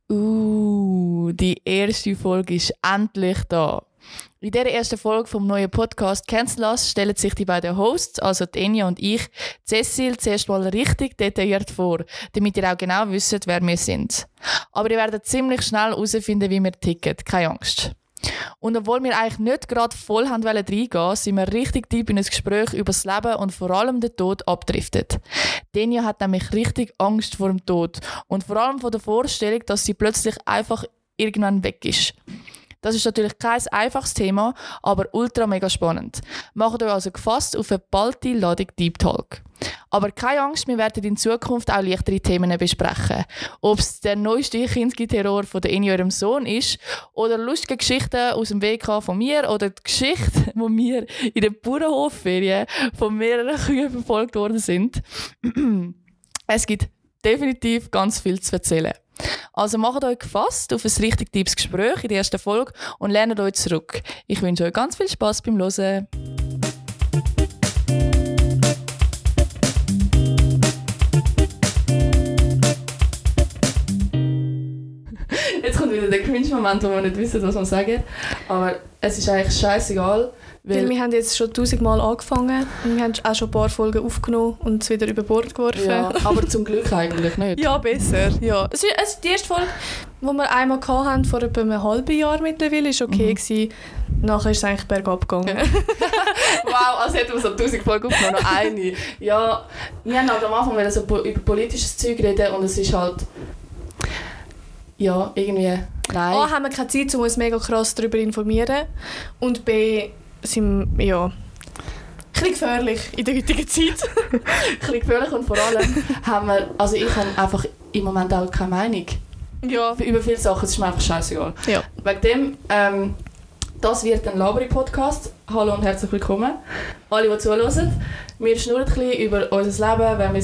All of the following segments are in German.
Die erste Folge ist endlich da. In dieser ersten Folge vom neuen Podcast «Cancel Us» stellen sich die beiden Hosts, also die Enya und ich, Cecil zuerst mal richtig detailliert vor, damit ihr auch genau wisst, wer wir sind. Aber ihr werdet ziemlich schnell herausfinden, wie wir ticken, keine Angst. Und obwohl wir eigentlich nicht gerade voll reingehen, sind wir richtig tief in ein Gespräch über das Leben und vor allem den Tod abdriftet. Enya hat nämlich richtig Angst vor dem Tod und vor allem vor der Vorstellung, dass sie plötzlich einfach irgendwann weg ist. Das ist natürlich kein einfaches Thema, aber ultra mega spannend. Macht euch also gefasst auf eine ballte Ladung Deep Talk. Aber keine Angst, wir werden in Zukunft auch leichtere Themen besprechen. Ob es der neueste Kinski-Terror von der Enya ihrem Sohn ist oder lustige Geschichten aus dem WK von mir oder die Geschichte, wo wir in der Bauernhofferien von mehreren Kühen verfolgt worden sind. Es gibt definitiv ganz viel zu erzählen. Also macht euch gefasst auf ein richtig tiefes Gespräch in der ersten Folge und lernt euch zurück. Ich wünsche euch ganz viel Spass beim Hören. Jetzt kommt wieder der Cringe-Moment, wo wir nicht wissen, was wir sagen. Aber es ist eigentlich scheißegal. Weil wir haben jetzt schon 1000-mal angefangen und wir haben auch schon ein paar Folgen aufgenommen und es wieder über Bord geworfen. Ja, aber zum Glück eigentlich nicht. Ja, besser. Ja. Es ist die erste Folge, die wir einmal hatten, vor etwa einem halben Jahr mittlerweile, war okay gewesen. Nachher ist es eigentlich bergab gegangen. Wow, als hätten wir so 1000 Folgen aufgenommen, noch eine. Ja, wir haben halt am Anfang so über politisches Zeug reden und es ist halt... Ja, irgendwie... Nein. A, haben wir keine Zeit, um uns mega krass darüber zu informieren. Und B, sind wir, ja... Ein bisschen gefährlich in der heutigen Zeit. Ein bisschen gefährlich und vor allem haben wir... Also ich habe einfach im Moment auch keine Meinung. Ja. Über viele Sachen, es ist mir einfach scheißegal. Ja. Wegen dem... Das wird ein Labri-Podcast. Hallo und herzlich willkommen. Alle, die zuhören. Wir schnurren ein bisschen über unser Leben, wer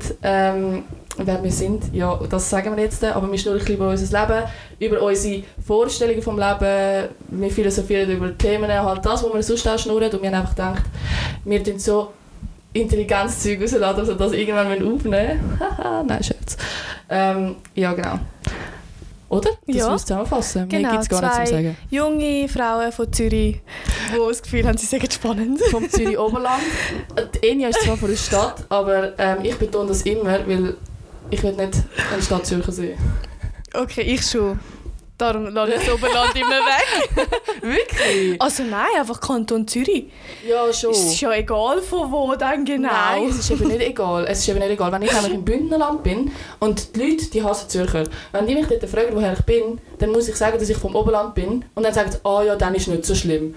wir sind, ja, das sagen wir jetzt, aber wir schnurren ein bisschen über unser Leben, über unsere Vorstellungen vom Leben, wir philosophieren über Themen, halt das, was wir sonst auch schnurren und wir haben einfach gedacht, wir tun so Intelligenzzeug rausladen, dass wir das irgendwann aufnehmen. Haha, nein, Scherz. Ja, genau. Oder? Das ja. müsst ihr zusammenfassen. Genau, Mir gibt es gar nichts zu sagen. Junge Frauen von Zürich, die das Gefühl haben, sie sagen spannend. Vom Zürich Oberland. Die Enya ist zwar von der Stadt, aber ich betone das immer, weil ich will nicht eine Stadt Zürcher sehen. Okay, ich schon. Darum lasse ich das Oberland immer weg. Wirklich? Also nein, einfach Kanton Zürich. Ja, schon. Es ist ja egal von wo dann genau. Nein, es ist eben nicht egal. Wenn ich nämlich im Bündnerland bin und die Leute, die hassen Zürcher. Wenn die mich dort fragen, woher ich bin, dann muss ich sagen, dass ich vom Oberland bin. Und dann sagen sie, ja, dann ist nicht so schlimm.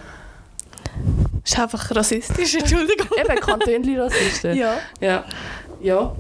Das ist einfach rassistisch, Entschuldigung. Eben, Kantönli-Rassisten. Ja. Ja.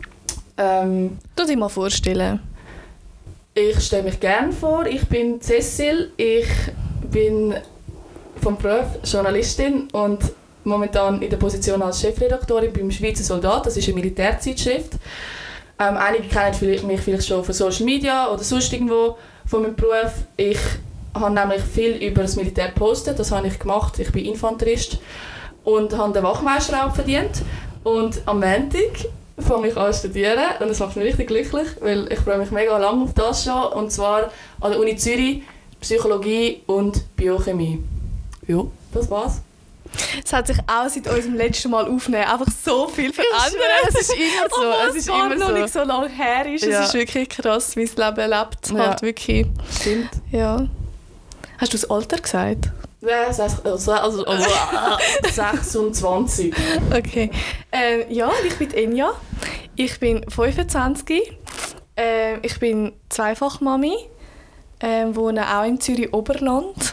Tu dir mal vorstellen. Ich stelle mich gerne vor. Ich bin Cecil. Ich bin vom Beruf Journalistin und momentan in der Position als Chefredaktorin beim Schweizer Soldat. Das ist eine Militärzeitschrift. Einige kennen mich vielleicht schon von Social Media oder sonst irgendwo von meinem Beruf. Ich habe nämlich viel über das Militär gepostet. Das habe ich gemacht. Ich bin Infanterist und habe den Wachmeister auch verdient. Und am Montag fange ich an zu studieren und das macht mich richtig glücklich, weil ich freue mich mega lange auf das schon, und zwar an der Uni Zürich, Psychologie und Biochemie. Ja, das war's. Es hat sich auch seit unserem letzten Mal aufnehmen einfach so viel verändert. Es ist immer so. Obwohl Es ist gar immer noch so. nicht so lange her ist. Ja. Es ist wirklich krass, wie das Leben lebt. Ja. Halt wirklich. Stimmt. Ja. Hast du das Alter gesagt? Ja, 26. Okay. Ja, ich bin Enya. Ich bin 25. Ich bin Zweifachmami. Wohne auch in Zürich-Oberland.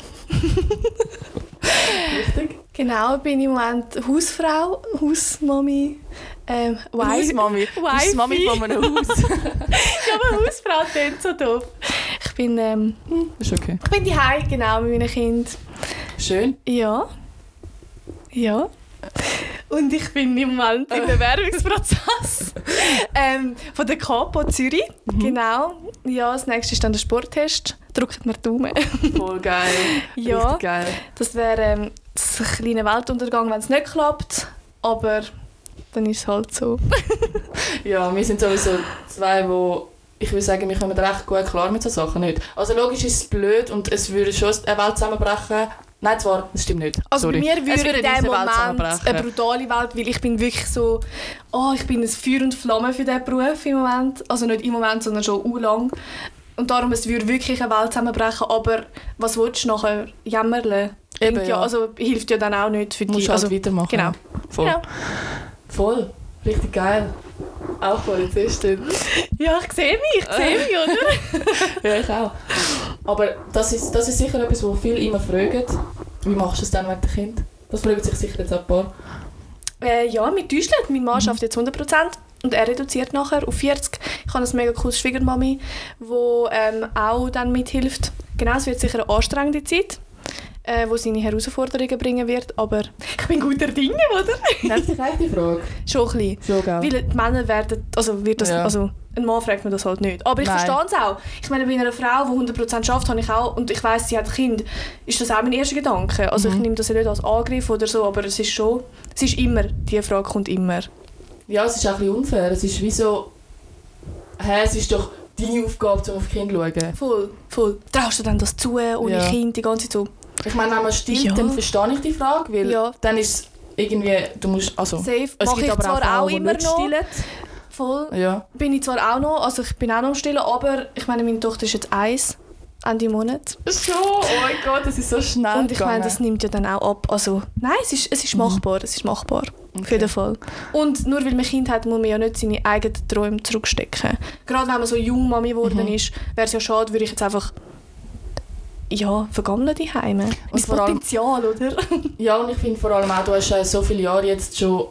Richtig. Genau, bin im Moment Hausfrau, Hausmami, Hausmami. Hausmami von einem Haus. Ja, aber Hausfrau klingt so doof. Ich bin, Ist okay. ich bin daheim, genau, mit meinen Kindern. Schön. Ja. Ja. Und ich bin im Moment im Bewerbungsprozess von der Kapo Zürich. Genau. Ja, das nächste ist dann der Sporttest. Drückt mir die Daumen. Voll geil. Ja. Richtig geil. Das wäre ein kleiner Weltuntergang, wenn es nicht klappt. Aber dann ist es halt so. Ja, wir sind sowieso zwei, die ich würde sagen, wir kommen recht gut klar mit solchen Sachen, nicht? Also logisch ist es blöd und es würde schon eine Welt zusammenbrechen. Nein, zwar, das stimmt nicht. Also Sorry. bei mir würde in diesem Moment zusammenbrechen. eine brutale Welt, weil ich bin wirklich so, ich bin ein Feuer und Flamme für diesen Beruf im Moment. Also nicht im Moment, sondern schon lang. Und darum, es würde wirklich eine Welt zusammenbrechen, aber was willst du nachher jammerle? Eben, ja. Also hilft ja dann auch nicht für dich. Du musst halt weitermachen. Genau. Voll. Genau. Voll. Richtig geil. Auch Polizistin. Ja, ich sehe mich, oder? Ja, ich auch. Aber das ist sicher etwas, wo viele immer fragen. Wie machst du es dann mit dem Kind? Das fragen sich sicher jetzt ein paar. Ja, mit Deutschland. Mein Mann arbeitet jetzt 100% und er reduziert nachher auf 40. Ich habe eine mega coole Schwiegermami, die auch dann mithilft. Genau, es wird sicher eine anstrengende Zeit, wo seine Herausforderungen bringen wird, aber ich bin guter Dinge, oder? Nennt sich eigentlich die Frage? Schon ein bisschen. Schon, gell? Weil die Männer werden, ein Mann fragt mir das halt nicht. Aber ich verstehe es auch. Ich meine, bei einer Frau, die 100% schafft, habe ich auch, und ich weiss, sie hat ein Kind, ist das auch mein erster Gedanke. Also ich nehme das ja nicht als Angriff oder so, aber es ist immer, die Frage kommt immer. Ja, es ist auch ein bisschen unfair. Es ist wie so, es ist doch deine Aufgabe, um auf Kind zu schauen. Voll. Traust du denn das zu, ohne Kind, die ganze Zeit so? Ich meine, wenn man stillt, dann verstehe ich die Frage, weil dann ist es irgendwie, du musst, also... Safe. Es Mache gibt ich aber zwar Frauen, auch die immer nicht noch. stillen. Voll. Ja. Bin ich zwar auch noch, also ich bin auch noch am Stillen, aber ich meine, meine Tochter ist jetzt 1, Ende Monat. So, oh mein Gott, das ist so schnell und ich meine, das nimmt ja dann auch ab. Also nein, es ist machbar, es ist machbar. Okay. Auf jeden Fall. Und nur weil man Kind hat, muss man ja nicht seine eigenen Träume zurückstecken. Gerade wenn man so jung Mami geworden ist, wäre es ja schade, würde ich jetzt einfach vergammeln die Heime. Das Potenzial, oder? Ja, und ich finde vor allem auch, du hast so viele Jahre jetzt schon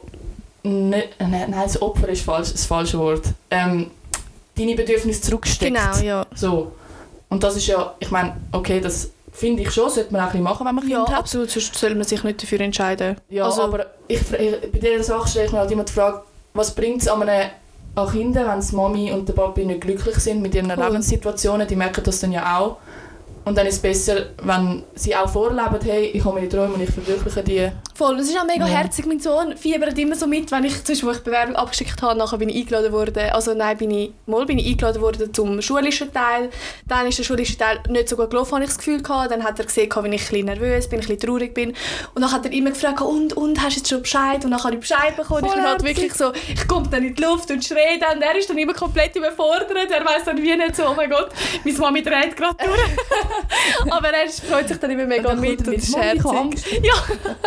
das Opfer ist das falsche Wort. Deine Bedürfnisse zurückgesteckt. Genau, ja. So. Und das ist ja, ich meine, okay, das finde ich schon, sollte man auch ein bisschen machen, wenn man Kind hat. Ja, absolut, sonst soll man sich nicht dafür entscheiden. Ja, also, aber bei dieser Sache stelle ich mir halt immer die Frage, was bringt es an Kindern, wenn die Mami und der Papi nicht glücklich sind mit ihren Lebenssituationen, die merken das dann ja auch. Und dann ist es besser, wenn sie auch vorleben, hey, ich habe meine Träume und ich verwirkliche die. Voll, es ist auch mega herzig. Mein Sohn fiebert immer so mit, wenn ich wo ich Bewerbung abgeschickt habe, nachher bin ich eingeladen worden. Also nein, bin ich eingeladen worden zum schulischen Teil. Dann ist der schulische Teil nicht so gut gelaufen, habe ich das Gefühl gehabt. Dann hat er gesehen, wie ich ein bisschen nervös bin, ein bisschen traurig bin. Und dann hat er immer gefragt, und hast du jetzt schon Bescheid? Und dann habe ich Bescheid bekommen. Ich bin halt wirklich so, ich komme dann in die Luft und schreie dann. Und er ist dann immer komplett überfordert. Er weiss dann wie nicht so, oh mein Gott, meine Mami dreht gerade durch. Aber er freut sich dann immer mega mit und ist herzig. Ja.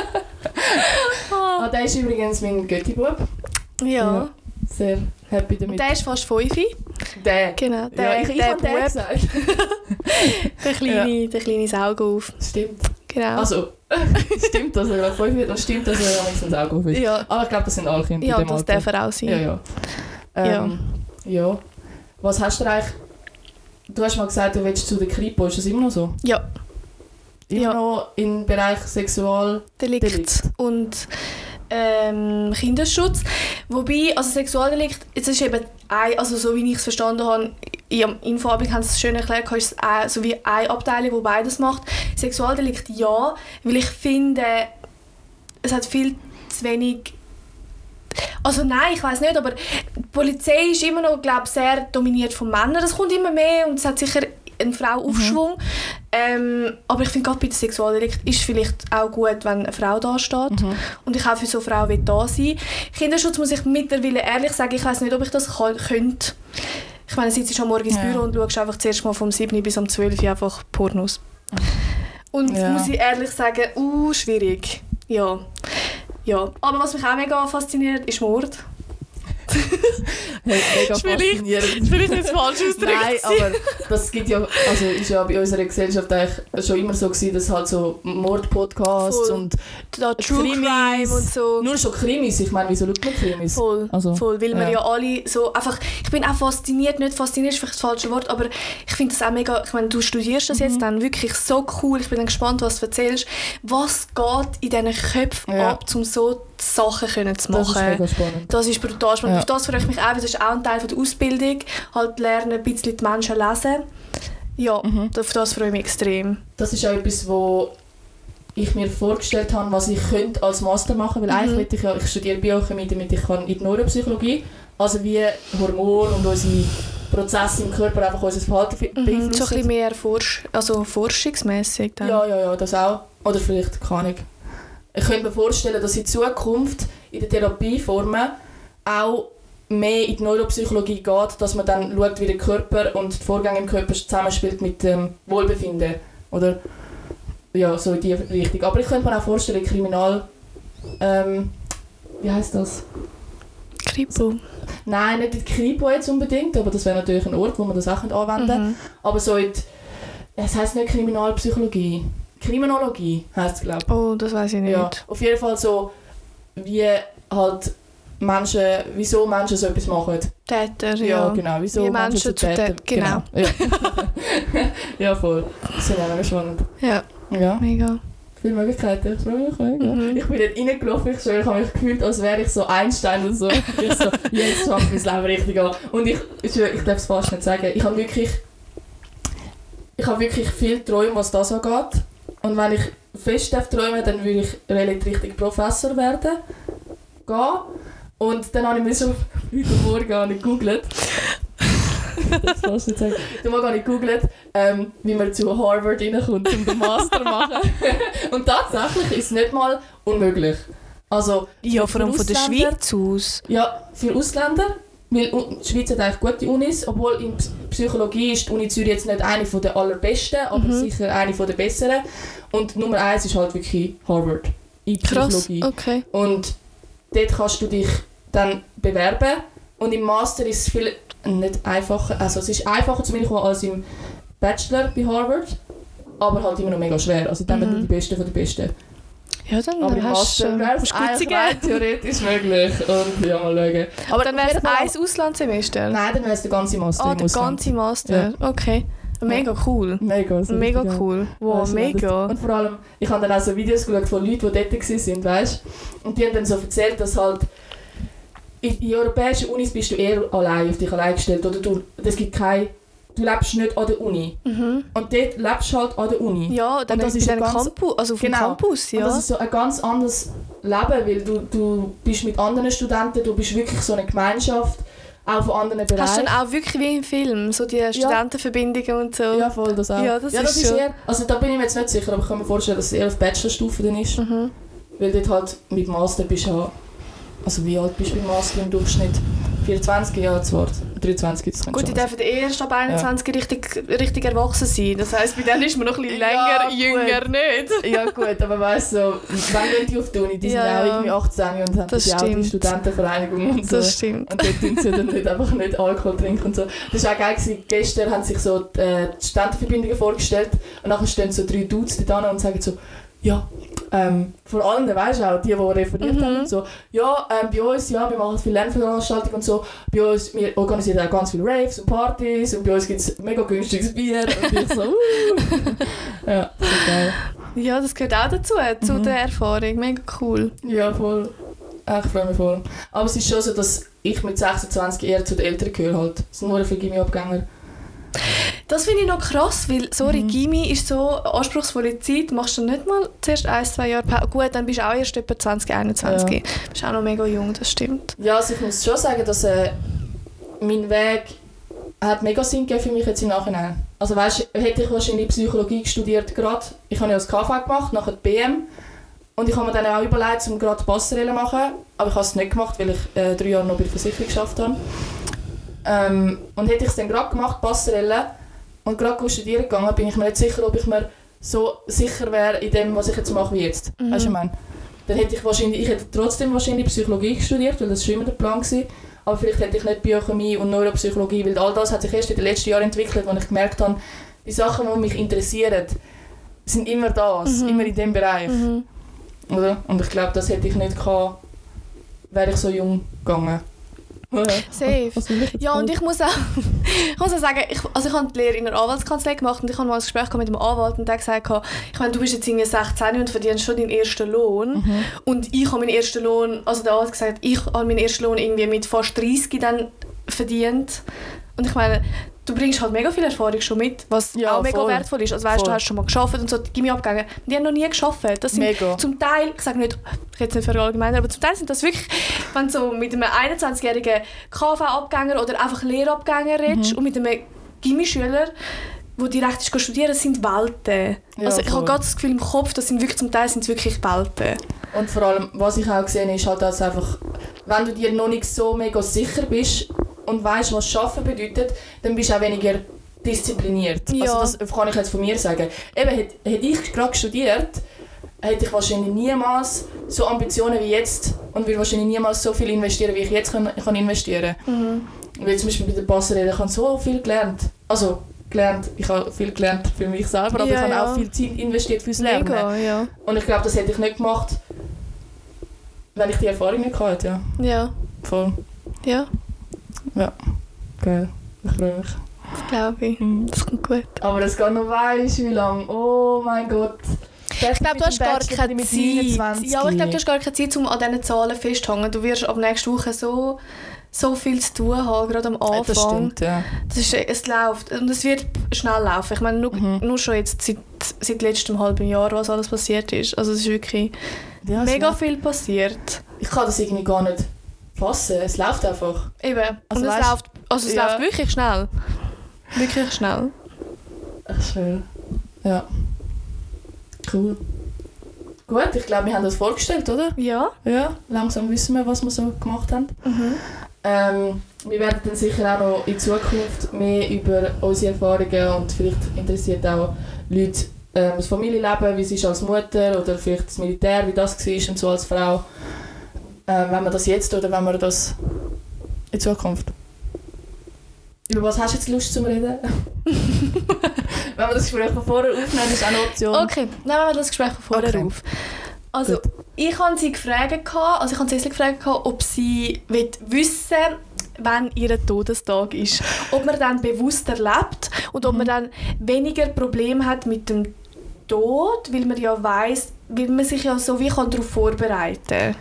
Der ist übrigens mein Götti-Bub. Ja. Sehr happy damit. Und der ist fast 5. Der? Genau, ich habe den gesagt. der kleine Saugauf. Stimmt. Genau. Also, stimmt, dass er gerade 5 wird und stimmt, dass er ein Saugauf ist. Ja. Aber ich glaube, das sind alle Kinder. Ja, das darf er auch sein. Ja. Was hast du eigentlich... Du hast mal gesagt, du willst zu der Kripo. Ist das immer noch so? Ja. Immer noch im Bereich Sexualdelikt und Kinderschutz. Wobei, also Sexualdelikt, jetzt ist eben also so wie ich es verstanden habe, im Infoabend haben sie es schön erklärt, ist es so wie eine Abteilung, die beides macht. Sexualdelikt ja, weil ich finde, es hat viel zu wenig. Also nein, ich weiß nicht, aber die Polizei ist immer noch, glaube ich, sehr dominiert von Männern. Das kommt immer mehr und es hat sicher eine Frau Aufschwung. Aber ich finde, gerade bei der Sexualdelikt ist es vielleicht auch gut, wenn eine Frau da steht. Und ich auch für so eine Frau will da sein. Kinderschutz muss ich mittlerweile ehrlich sagen, ich weiß nicht, ob ich das könnte. Ich meine, sitzt schon morgen ins Büro und schaust einfach zuerst mal vom 7 bis um 12 Uhr einfach Pornos. Und muss ich ehrlich sagen, schwierig. Ja. Aber was mich auch mega fasziniert, ist Mord. Mega faszinierend. Vielleicht nicht falsch ausdrücken. Nein, aber das gibt ja, also ist ja bei unserer Gesellschaft eigentlich schon immer so gewesen, dass halt so Mordpodcasts und True Crime und so. Nur schon Krimis, ich meine, wieso schaut man Krimis? Voll, weil wir ja alle so einfach, ich bin auch fasziniert, nicht fasziniert ist vielleicht das falsche Wort, aber ich finde das auch mega, ich meine, du studierst das jetzt dann wirklich so cool, ich bin dann gespannt, was du erzählst, was geht in diesen Köpfen ab, um so Sachen zu machen. Das ist mega spannend. Das ist brutal spannend. Auf das freue ich mich auch, das ist auch ein Teil der Ausbildung, halt lernen, ein bisschen die Menschen lesen. Ja, auf das freue ich mich extrem. Das ist auch etwas, wo ich mir vorgestellt habe, was ich könnte als Master machen könnte, weil eigentlich ich studiere Biochemie, damit ich kann in die Neuropsychologie, also wie Hormone und unsere Prozesse im Körper einfach unser Verhalten beeinflussen. So ein bisschen mehr forschungsmässig dann. Ja, das auch. Oder vielleicht, keine Ahnung. Ich könnte mir vorstellen, dass in Zukunft in den Therapieformen auch mehr in die Neuropsychologie geht, dass man dann schaut, wie der Körper und die Vorgänge im Körper zusammenspielt mit dem Wohlbefinden. Oder ja, so in die Richtung. Aber ich könnte mir auch vorstellen, wie heisst das? Kripo. Nein, nicht in die Kripo jetzt unbedingt, aber das wäre natürlich ein Ort, wo man das auch anwenden könnte. Aber so in es heisst nicht Kriminalpsychologie. Kriminologie heisst es, glaube ich. Oh, das weiß ich nicht. Ja, auf jeden Fall so, wie halt wieso Menschen so etwas machen. Täter, ja. Genau, wieso wie Menschen zu Täter. Genau. Ja. Ja, voll. Das ist ja mega spannend. Ja, Ja. mega. Viele Möglichkeiten. Ich freue mich mega. Ich bin dort reingelaufen, ich habe mich gefühlt, als wäre ich so Einstein und so. Ich so, jetzt schaffe ich mein Leben richtig an. Und ich darf es fast nicht sagen, ich habe wirklich viel Träume, was das angeht. Und wenn ich fest träumen darf, dann würde ich richtig Professor werden. Und dann habe ich mir so heute Morgen gegoogelt. Das fast nicht sagen. Heute Morgen habe ich gegoogelt, wie man zu Harvard reinkommt, um den Master zu machen. Und tatsächlich ist es nicht mal unmöglich. Also, ja, vor allem von der Schweiz aus. Ja, für Ausländer. Weil die Schweiz hat eigentlich gute Unis, obwohl in Psychologie ist die Uni Zürich jetzt nicht eine der allerbesten, aber sicher eine der besseren. Und Nummer 1 ist halt wirklich Harvard in Psychologie. Krass, okay. Und dort kannst du dich dann bewerben. Und im Master ist es viel nicht einfacher. Also es ist einfacher zumindest als im Bachelor bei Harvard, aber halt immer noch mega schwer. Also dann nur die Besten von den Besten. Ja, dann aber im hast Master wäre es eigentlich rein theoretisch möglich. Und ja, mal schauen. Aber dann wäre es ein Auslandssemester? Nein, dann wäre es der ganze Master im der Ausland. ganze Master, ja. Okay. Mega cool. Mega cool. Wow, mega. Und vor allem, ich habe dann auch so Videos geschaut von Leuten, die dort waren, weißt? Und die haben dann so erzählt, dass halt in europäischen Unis bist du eher auf dich allein gestellt. Oder du lebst nicht an der Uni. Und dort lebst du halt an der Uni. Ja, dann das ist ein Campus, also auf dem Campus, ja. Und das ist so ein ganz anderes Leben, weil du bist mit anderen Studenten, du bist wirklich so eine Gemeinschaft, auch von anderen Bereichen. Hast du dann auch wirklich wie im Film, so die Studentenverbindungen und so? Ja, voll, das auch. Ja, das ist schon. Eher, also da bin ich mir jetzt nicht sicher, aber ich kann mir vorstellen, dass es eher auf Bachelorstufe dann ist. Weil dort halt mit Master bist du also wie alt bist du beim Master im Durchschnitt? 24 Jahre zwar, 23 das gut, die dürfen erst ab 21 richtig erwachsen sein. Das heisst, bei denen ist man noch ein bisschen länger jünger, nicht? Ja gut, aber weißt du, wann gehen die auf die Uni? Die sind ja auch irgendwie 18 und haben ja auch die Studentenvereinigung und so. Das stimmt. Und dort tun sie dann nicht Alkohol trinken und so. Das war auch geil gewesen. Gestern haben sich so die Studentenverbindungen vorgestellt und nachher stehen so 3 Dudes da und sagen so, ja, vor allem, weißt du auch, die referiert haben und so, ja, bei uns, ja, wir machen viele Lernveranstaltungen und so, bei uns, wir organisieren auch ganz viele Raves und Partys und bei uns gibt es mega günstiges Bier und ich so, ja, das ist geil. Ja, das gehört auch dazu, zu der Erfahrung, mega cool. Ja, voll. Ich freue mich voll. Aber es ist schon so, dass ich mit 26 eher zu den Älteren gehöre halt. Es sind nur viele Gymi-Abgänger. Das finde ich noch krass, weil, Gymi ist so eine anspruchsvolle Zeit, machst du nicht mal zuerst 1-2 Jahre Pause. Gut, dann bist du auch erst etwa 20, 21. Ja. Bist auch noch mega jung, das stimmt. Ja, also ich muss schon sagen, dass mein Weg hat mega Sinn gegeben für mich jetzt im Nachhinein. Also weißt, hätte ich wahrscheinlich Psychologie studiert gerade, ich habe ja das KV gemacht, nachher die BM und ich habe mir dann auch überlegt, um gerade Passerelle zu machen, aber ich habe es nicht gemacht, weil ich 3 Jahre noch bei der Versicherung gearbeitet habe. Und hätte ich es dann gerade gemacht, Passerelle, und gerade studieren gegangen, bin ich mir nicht sicher, ob ich mir so sicher wäre in dem, was ich jetzt mache wie jetzt. Weißt du, ich meine? Dann hätte ich hätte trotzdem wahrscheinlich Psychologie studiert, weil das schon immer der Plan war. Aber vielleicht hätte ich nicht Biochemie und Neuropsychologie, weil all das hat sich erst in den letzten Jahren entwickelt, wo ich gemerkt habe, die Sachen, die mich interessieren, sind immer das, immer in diesem Bereich. Oder? Und ich glaube, das hätte ich nicht gehabt, wäre ich so jung gegangen. Safe. Ja, und ich muss auch sagen, ich habe die Lehre in einer Anwaltskanzlei gemacht und ich habe mal ein Gespräch mit einem Anwalt und der gesagt, ich meine, du bist jetzt irgendwie 16 und verdienst schon deinen ersten Lohn. Und ich habe meinen ersten Lohn, also der Anwalt gesagt, ich habe meinen ersten Lohn irgendwie mit fast 30 dann verdient. Und ich meine, du bringst halt mega viel Erfahrung schon mit, was auch mega wertvoll ist. Also weißt, du hast schon mal gearbeitet und so, die Gimmi-Abgänge, die haben noch nie gearbeitet. Das sind mega. Zum Teil, ich sage nicht, ich rede nicht verallgemeinern, aber zum Teil sind das wirklich, wenn du so mit einem 21-jährigen KV-Abgänger oder einfach Lehrabgänger redest und mit einem Gimmi-Schüler, wo direkt ist studieren, das sind Welten. Ja, also ich habe gerade das Gefühl im Kopf, das sind wirklich, zum Teil sind es wirklich Welten. Und vor allem, was ich auch gesehen habe, ist halt, dass einfach, wenn du dir noch nicht so mega sicher bist und weißt, was Arbeiten bedeutet, dann bist du auch weniger diszipliniert. Ja. Also das kann ich jetzt von mir sagen. Eben, hätte ich gerade studiert, hätte ich wahrscheinlich niemals so Ambitionen wie jetzt und würde wahrscheinlich niemals so viel investieren, wie ich jetzt kann investieren kann. Weil zum Beispiel bei der Passerelle, ich habe so viel gelernt. Also gelernt, ich habe viel gelernt für mich selber, aber ich habe auch viel Zeit investiert fürs Lernen. Mega, ja. Und ich glaube, das hätte ich nicht gemacht, wenn ich die Erfahrung nicht hatte. Ja. Ja. Voll. Ja. Ja. Geil. Ich freue mich. Das glaube ich. Das kommt gut. Aber es geht noch weiss wie lang. Oh mein Gott. Ich glaube, du hast gar keine Zeit. 29. Ja, aber ich glaube, du hast gar keine Zeit, um an diesen Zahlen festzuhängen. Du wirst ab nächster Woche so viel zu tun haben, gerade am Anfang. Das stimmt, ja. Es läuft und es wird schnell laufen. Ich meine, nur schon jetzt seit letztem halben Jahr, was alles passiert ist. Also es ist wirklich mega viel passiert. Ich kann das irgendwie gar nicht fassen. Es läuft einfach. Eben. Also und es läuft wirklich schnell. Wirklich schnell. Ach, schön. Ja. Cool. Gut, ich glaube, wir haben das vorgestellt, oder? Ja. Ja, langsam wissen wir, was wir so gemacht haben. Wir werden dann sicher auch noch in Zukunft mehr über unsere Erfahrungen und vielleicht interessiert auch Leute das Familienleben, wie es ist als Mutter oder vielleicht das Militär, wie das war und so als Frau. Wenn wir das jetzt oder wenn wir das in Zukunft. Über was hast du jetzt Lust zu reden? Wenn wir das Gespräch von vorher aufnehmen, ist auch eine Option. Okay, nehmen wir das Gespräch von vorher auf. Also, ich habe sie gefragt, Cecily gefragt, ob sie wissen will, wann ihr Todestag ist. Ob man dann bewusster lebt und ob man dann weniger Probleme hat mit dem Tod, weil man ja weiss, weil man sich ja so wie darauf vorbereiten kann.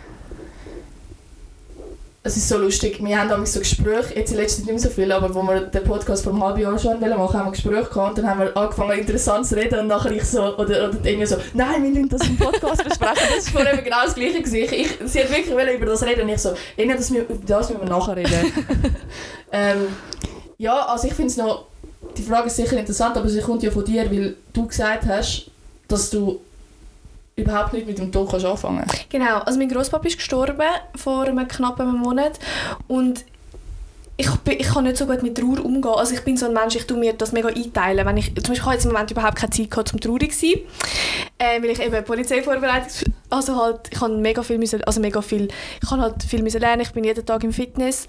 Es ist so lustig, wir haben damals so Gespräche, jetzt in letzter Zeit nicht mehr so viel, aber wo wir den Podcast vor einem halben Jahr schon machen wollten, haben wir Gespräche gehabt und dann haben wir angefangen interessant zu reden und nachher ich so, oder Enya so, nein, wir müssen das im Podcast besprechen. Das war vorher genau das Gleiche gewesen. Sie hat wirklich über das reden und ich so, Enya, das müssen wir nachher reden. Ja, also ich finde es noch, die Frage ist sicher interessant, aber sie kommt ja von dir, weil du gesagt hast, dass du überhaupt nicht mit dem Tod anfangen kannst. Genau, also mein Grosspapa ist gestorben vor einem knappen Monat und ich kann nicht so gut mit Trauer umgehen. Also ich bin so ein Mensch, ich tue mir das mega einteilen. Wenn zum Beispiel ich habe jetzt im Moment überhaupt keine Zeit gehabt, um traurig zu sein, weil ich eben Polizeivorbereitung, also halt, ich habe ich kann halt viel lernen, ich bin jeden Tag im Fitness.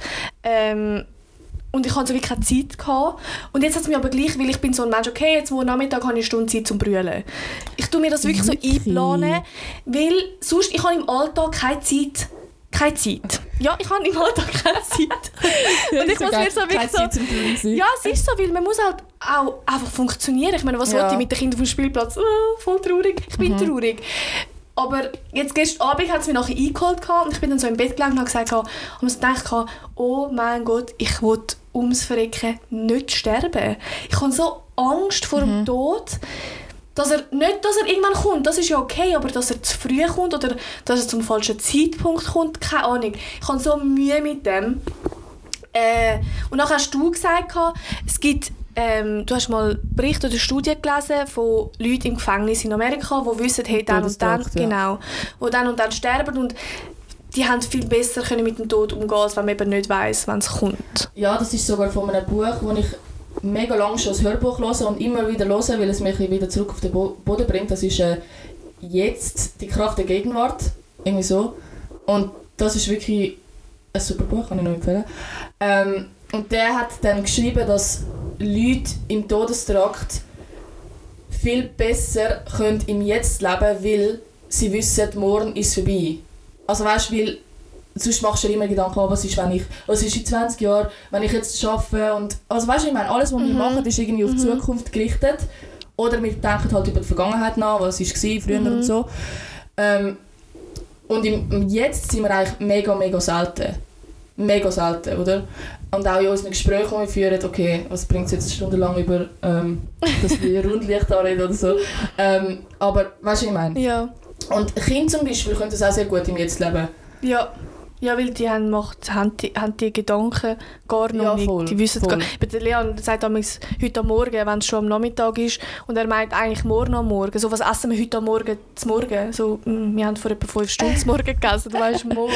Und ich hatte so wie keine Zeit gehabt. Und jetzt hat es mir aber gleich, weil ich bin so ein Mensch, okay, jetzt am Nachmittag habe ich eine Stunde Zeit zum Brüllen. Ich tue mir das wirklich so einplanen, weil sonst, ich habe im Alltag keine Zeit. Ja, ich habe im Alltag keine Zeit. Und ich muss mir so wirklich so... Ja, es ist so, weil man muss halt auch einfach funktionieren. Ich meine, was wollte ich mit den Kindern auf dem Spielplatz? Voll traurig. Ich bin traurig. Aber jetzt gestern Abend hat es mich nachher eingeholt und ich bin dann so im Bett gelegen und habe mir gedacht, oh mein Gott, ich will ums Verrecken nicht sterben. Ich habe so Angst vor dem Tod, dass er irgendwann kommt, das ist ja okay, aber dass er zu früh kommt oder dass er zum falschen Zeitpunkt kommt, keine Ahnung. Ich habe so Mühe mit dem. Und dann hast du gesagt, es gibt... du hast mal Berichte oder Studien gelesen von Leuten im Gefängnis in Amerika, die wissen, hey, dann und dann, genau, die dann und dann sterben und die haben viel besser können mit dem Tod umgehen, als wenn man eben nicht weiss, wann es kommt. Ja, das ist sogar von einem Buch, das ich mega lange schon als Hörbuch höre und immer wieder höre, weil es mich wieder zurück auf den Boden bringt. Das ist «Jetzt, die Kraft der Gegenwart», irgendwie so. Und das ist wirklich ein super Buch, kann ich noch empfehlen. Und der hat dann geschrieben, dass Leute im Todestrakt viel besser können im Jetzt leben, weil sie wissen, morgen ist vorbei. Also weißt du, weil sonst machst du dir immer Gedanken, was ist in 20 Jahren, wenn ich jetzt arbeite und also weißt du, ich meine, alles was wir machen, ist irgendwie auf die Zukunft gerichtet oder wir denken halt über die Vergangenheit nach, was war früher und so. Und im Jetzt sind wir eigentlich mega, mega selten. mega selten, oder? Und auch in unseren Gesprächen, die wir führen, okay, was bringt es jetzt stundenlang über, dass wir Rundlicht anreden oder so. Aber weißt du, was ich meine? Ja. Und Kinder zum Beispiel können das auch sehr gut im Jetzt leben. Ja. Ja, weil die haben die Gedanken gar noch nicht. Voll, die wissen voll. gar. Der Leon sagt damals, heute am Morgen, wenn es schon am Nachmittag ist, und er meint eigentlich morgen am Morgen. So, was essen wir heute am Morgen zum Morgen? So, wir haben vor etwa 5 Stunden zum Morgen gegessen, du weißt, morgen.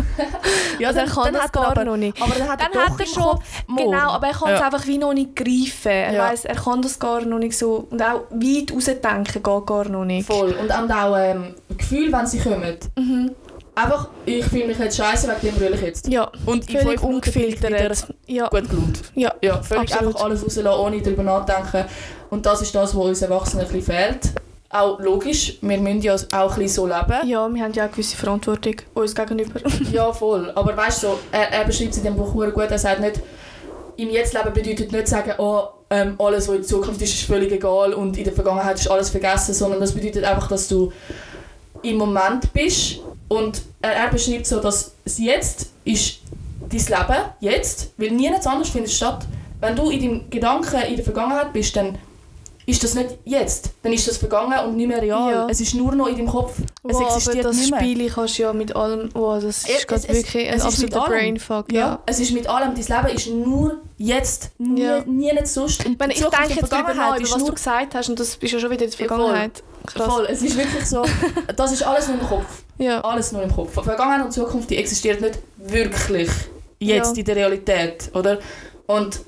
Ja, also er kann das gar noch nicht. Aber dann hat er schon, genau, aber er kann es einfach wie noch nicht greifen. Er weiss, er kann das gar noch nicht so. Und auch weit rausdenken geht gar noch nicht. Voll. Und auch Gefühl, wenn sie kommen. Mhm. Einfach, ich fühle mich jetzt scheiße, wegen dem brülle ich jetzt. Ja, und völlig ungefiltert. Ja. Gut gelaunt. Ja, ja, völlig absolut. Einfach alles rauslassen, ohne darüber nachdenken. Und das ist das, was uns Erwachsenen ein bisschen fehlt. Auch logisch, wir müssen ja auch ein bisschen so leben. Ja, wir haben ja eine gewisse Verantwortung uns gegenüber. Ja, voll. Aber weißt du, so, er beschreibt es in dem Buch sehr gut. Er sagt nicht, im Jetzt-Leben bedeutet nicht sagen, alles, was in der Zukunft ist völlig egal und in der Vergangenheit ist alles vergessen, sondern das bedeutet einfach, dass du im Moment bist. Und er beschreibt so, dass das Jetzt ist dein Leben, jetzt, weil nichts anderes findet statt. Wenn du in deinem Gedanken in der Vergangenheit bist, dann ist das nicht jetzt. Dann ist das vergangen und nicht mehr real. Ja. Es ist nur noch in deinem Kopf. Es existiert aber das nicht mehr. Spiel kannst du ja mit allem... Oh, das ist wirklich ein absoluter Brainfuck. Ja. Es ist mit allem. Dein Leben ist nur jetzt. Nie nicht sonst. Ich denke jetzt darüber nach, was du gesagt hast, und das ist ja schon wieder in der Vergangenheit. Krass. Voll. Es ist wirklich so, das ist alles nur im Kopf. Ja. Alles nur im Kopf. Vergangenheit und Zukunft, die existiert nicht wirklich jetzt in der Realität, oder? Und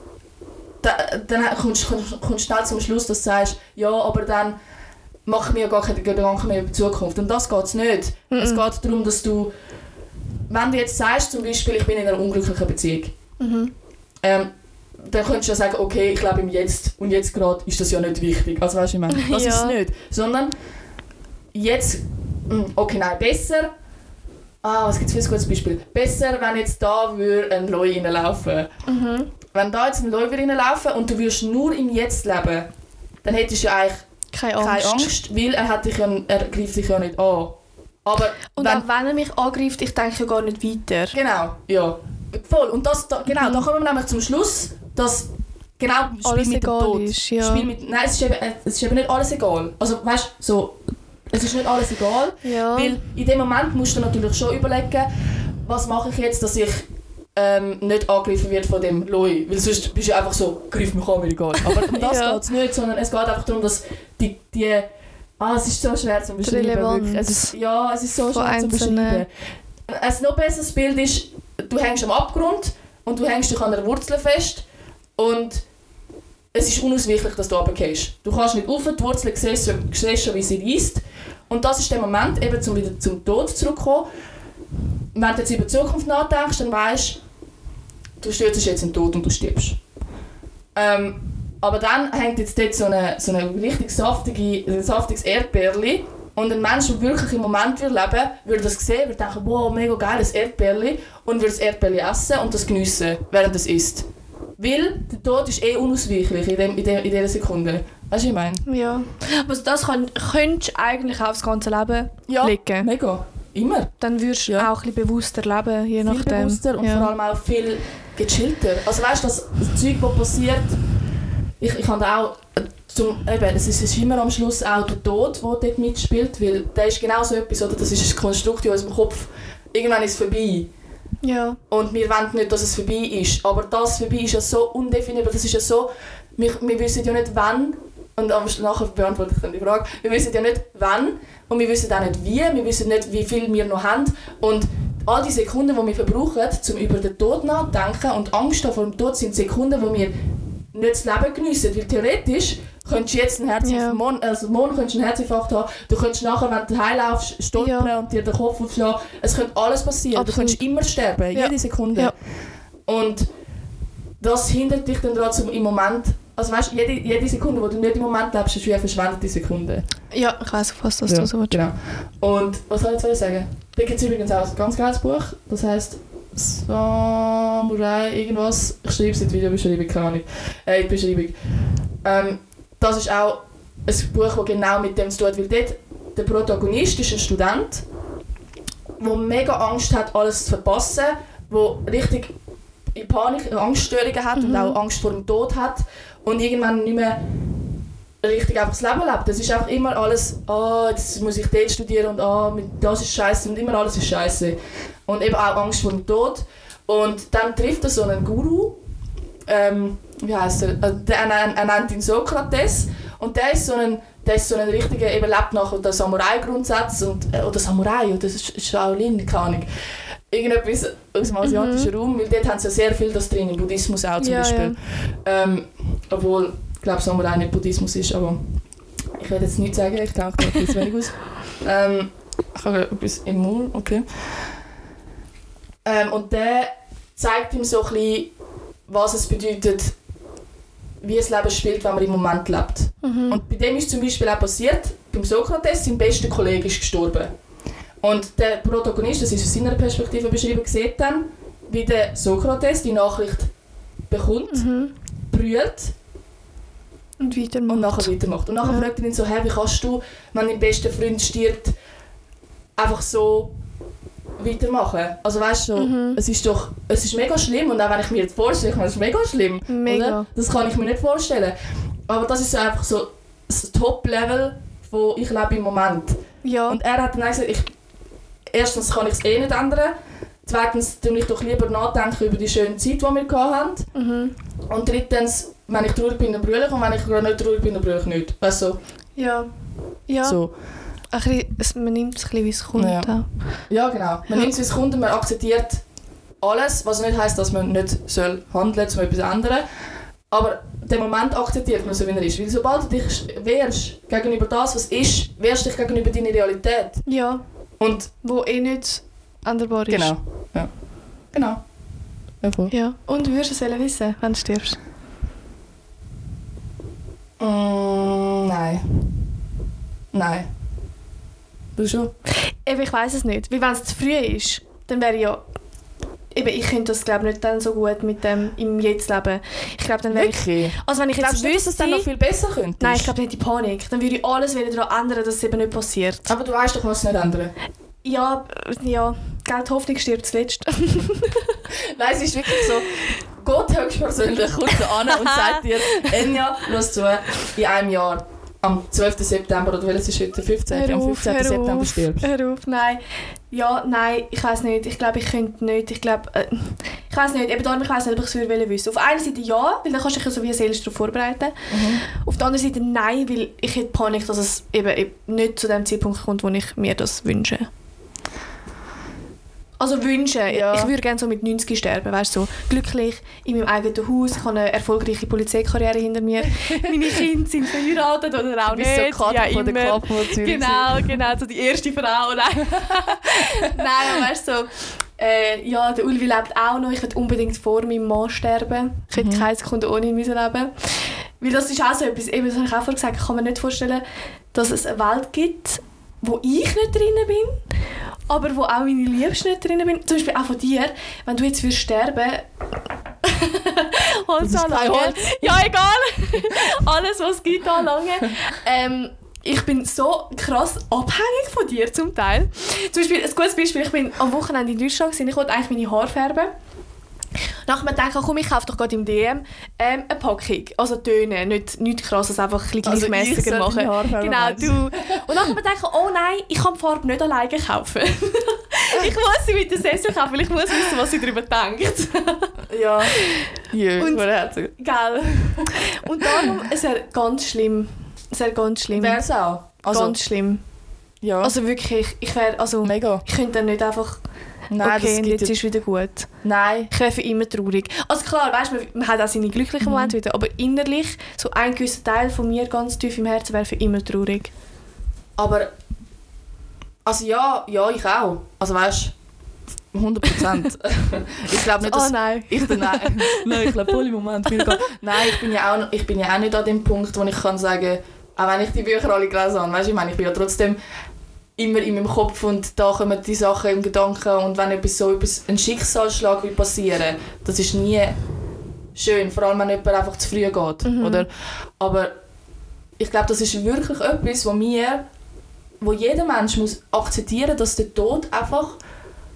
dann kommst du schnell zum Schluss, dass du sagst, ja, aber dann mache ich mir ja gar keine Gedanken mehr über die Zukunft. Und das geht es nicht. Es geht darum, dass du, wenn du jetzt sagst, zum Beispiel, ich bin in einer unglücklichen Beziehung, dann könntest du ja sagen, okay, ich lebe im Jetzt und jetzt gerade ist das ja nicht wichtig. Also weißt du, ich meine, das ist es nicht. Sondern jetzt, okay, nein, besser, was gibt es für ein gutes Beispiel? Besser, wenn jetzt da ein Leu reinlaufen. Wenn da jetzt ein Leu reinlaufen und du würdest nur im Jetzt leben, dann hättest du ja eigentlich keine Angst, weil er greift dich ja nicht an. Aber und auch wenn er mich angreift, ich denke ja gar nicht weiter. Genau, ja. Voll. Und da kommen wir nämlich zum Schluss, dass genau das Spiel mit dem Tod ist. Ja. Nein, es ist eben nicht alles egal. Also weißt du, so, es ist nicht alles egal, weil in dem Moment musst du natürlich schon überlegen, was mache ich jetzt, dass ich nicht angegriffen wird von dem Loi, weil sonst bist du einfach so, greif mich an, mir egal. Aber um das geht es nicht, sondern es geht einfach darum, dass es ist so schwer zu beschreiben. Es ist so schwer zu beschreiben. Ein noch besseres Bild ist, du hängst am Abgrund und du hängst dich an einer Wurzel fest und es ist unausweichlich, dass du runterfällst. Du kannst nicht rauf, die Wurzel siehst schon, wie sie reißt. Und das ist der Moment, eben, um wieder zum Tod zurückzukommen. Wenn du jetzt über die Zukunft nachdenkst, dann weisst du stürzst jetzt in den Tod und du stirbst. Aber dann hängt jetzt dort so eine richtig saftiges Erdbeerli. Und ein Mensch, der wirklich im Moment leben will, würde das sehen, würde denken, wow, mega geiles Erdbeerli, und würde das Erdbeerli essen und das geniessen, während es isst. Weil der Tod ist unausweichlich in dieser Sekunde. Weißt du, was ich meine? Ja. Also das könntest du eigentlich auch das ganze Leben legen. Ja, mega. Immer. Dann würdest du auch ein bisschen bewusster leben, je nachdem. Viel bewusster und vor allem auch viel gechillter. Also weißt du, das Zeug, das passiert, ich habe auch... es ist immer am Schluss auch der Tod, der dort mitspielt, weil der ist genau so etwas, oder? Das ist ein Konstrukt in unserem Kopf. Irgendwann ist es vorbei. Ja. Und wir wollen nicht, dass es vorbei ist. Aber das vorbei ist ja so undefinierbar. Das ist ja so, wir wissen ja nicht wann, und nachher beantworte ich dann die Frage, wir wissen ja nicht wann und wir wissen auch nicht wie, wir wissen nicht, wie viel wir noch haben. Und all die Sekunden, die wir verbrauchen, um über den Tod nachzudenken und Angst vor dem Tod, sind Sekunden, wo wir nicht das Leben geniessen. Weil theoretisch könntest du jetzt einen morgen könntest du einen Herzinfarkt haben, du könntest nachher, wenn du heimlaufst, stolpern und dir den Kopf aufschlagen. Es könnte alles passieren. Absolut. Du könntest immer sterben, jede Sekunde. Ja. Und das hindert dich dann daran, im Moment, also weißt, jede Sekunde, wo du nicht im Moment lebst, ist wie eine verschwendete Sekunde. Ja, ich weiss auf was du so willst. Genau. Und was soll ich jetzt sagen? Da gibt es übrigens auch ein ganz geiles Buch, das heisst Samurai irgendwas. Ich schreibe es in die Videobeschreibung, keine Ahnung. In die Beschreibung. Das ist auch ein Buch, das genau mit dem zu tun hat, weil dort der Protagonist ist ein Student, der mega Angst hat, alles zu verpassen wo richtig in Panik, Angststörungen hat und auch Angst vor dem Tod hat und irgendwann nicht mehr richtig einfach das Leben lebt. Das ist einfach immer alles, jetzt muss ich dort studieren und das ist scheiße und immer alles ist scheiße. Und eben auch Angst vor dem Tod. Und dann trifft er so einen Guru, wie heisst er? Er nennt ihn Sokrates und der ist so ein richtiger, eben lebt nach dem Samurai-Grundsatz oder Samurai oder Shaolin, keine Ahnung. Irgendetwas aus dem asiatischen Raum, weil dort haben sie ja sehr viel das drin, im Buddhismus auch zum Beispiel. Ja. Obwohl, ich glaube, Samurai nicht Buddhismus ist, aber ich will jetzt nichts sagen, ich denke, da etwas wenig aus. Ich habe etwas im Mund, okay. Und der zeigt ihm so ein bisschen, was es bedeutet, wie das Leben spielt, wenn man im Moment lebt. Und bei dem ist zum Beispiel auch passiert, beim Sokrates, sein bester Kollege ist gestorben. Und der Protagonist, das ist aus seiner Perspektive beschrieben, sieht dann, wie der Sokrates die Nachricht bekommt, brüllt und weitermacht. Und nachher weitermacht. Und nachher fragt er ihn so, wie kannst du, wenn dein bester Freund stirbt, einfach so weitermachen? Also weißt du, es ist mega schlimm und auch wenn ich mir jetzt vorstelle, es ist mega schlimm. Mega. Oder? Das kann ich mir nicht vorstellen. Aber das ist so einfach so das Top-Level, wo ich lebe im Moment. Ja. Und er hat dann gesagt, erstens kann ich es nicht ändern. Zweitens tue ich doch lieber nachdenken über die schöne Zeit, die wir hatten. Und drittens, wenn ich traurig bin, dann brülle ich. Und wenn ich gerade nicht traurig bin, dann brülle ich nicht. Weißt du? Ja. Ja. So. Man nimmt es ein bisschen, wie es kommt. Ja, ja genau. Man nimmt es, wie es kommt und man akzeptiert alles, was nicht heisst, dass man nicht handeln soll, um etwas zu ändern. Aber den Moment akzeptiert man so, wie er ist. Weil sobald du dich wehrst gegenüber das, was ist, wehrst du dich gegenüber deiner Realität. Ja. Und wo nicht änderbar ist. Genau. Ja. Genau. Ja. Und würdest du es wissen, wenn du stirbst? Nein. Nein. Du schon? Eben, ich weiss es nicht. Weil wenn es zu früh ist, dann wäre ja... Eben, ich könnte das glaube nicht dann so gut mit dem im Jetzt-Leben. Ich glaube, dann wäre ich... Also wenn ich jetzt wüsste, dass es dann noch viel besser könnte? Nein, ich glaube, dann hätte ich Panik. Dann würde ich alles wieder daran ändern, dass es eben nicht passiert. Aber du weißt doch, was nicht ändern. Ja. Gell, die Hoffnung stirbt zuletzt. Nein, es ist wirklich so... Gott höchstpersönlich kommt da an und sagt dir, Enya, lass zu, in einem Jahr, am 12. September, oder welches ist heute, 15. Am 15. September stirbst. Hör auf, nein. Ja, nein, ich weiss nicht. Ich glaube, ich könnte nicht. Ich glaube, ich weiss nicht. Eben darum, ich weiss nicht, ob ich es wissen würde. Auf einer Seite ja, weil dann kannst du dich ja so wie seelisch darauf vorbereiten. Auf der anderen Seite nein, weil ich hätte Panik, dass es eben nicht zu dem Zeitpunkt kommt, wo ich mir das wünsche. Also wünschen. Ja. Ich würde gerne so mit 90 sterben, weißt du, so glücklich in meinem eigenen Haus. Ich habe eine erfolgreiche Polizeikarriere hinter mir. Meine Kinder sind verheiratet oder auch nicht. So Kater von der Kapo Zürich. Genau, so die erste Frau. Nein, aber weißt du, so, ja, der Ulvi lebt auch noch. Ich will unbedingt vor meinem Mann sterben. Ich will keine Sekunde ohne ihn leben. Weil das ist auch so etwas, eben, das habe ich auch vorhin gesagt, ich kann mir nicht vorstellen, dass es eine Welt gibt, wo ich nicht drin bin, aber wo auch meine Liebsten nicht drin bin. Zum Beispiel auch von dir, wenn du jetzt sterben Holz anlangen. Ja, egal. Alles, was es gibt, anlangen. Ich bin so krass abhängig von dir zum Teil. Zum Beispiel, ein gutes Beispiel, ich bin am Wochenende in Deutschland gewesen, ich wollte eigentlich meine Haare färben. Nachher mir gedacht, komm, ich kaufe doch gerade im DM eine Packung. Also Töne, nicht krasses, einfach ein bisschen gleichmäßiger machen. Genau, du. Und nachher mir gedacht, oh nein, ich kann die Farbe nicht alleine kaufen. Ich muss sie mit der Sessel kaufen, weil ich muss wissen, was sie darüber denkt. Ja. Und, gell. Und darum, es wäre ganz schlimm. Wäre es auch? Also, ganz schlimm. Ja. Also wirklich, ich wäre, also... Mega. Ich könnte dann nicht einfach... Nein, okay, und jetzt ist wieder gut. Nein. Ich wäre für immer traurig. Also klar, weißt, man hat auch seine glücklichen Momente wieder, aber innerlich, so ein gewisser Teil von mir, ganz tief im Herzen, wäre für immer traurig. Aber, also ja, ich auch. Also weißt du, 100%. Ich glaube nicht, dass... Oh nein. Nein, ich glaube voll im Moment. Nein, ich bin ja auch nicht an dem Punkt, wo ich kann sagen, auch wenn ich die Bücher alle gelesen habe, weißt du, ich bin ja trotzdem immer in meinem Kopf und da kommen die Sachen im Gedanken und wenn ein Schicksalsschlag will passieren, das ist nie schön, vor allem wenn jemand einfach zu früh geht, oder? Aber ich glaube, das ist wirklich etwas, wo jeder Mensch muss akzeptieren, dass der Tod einfach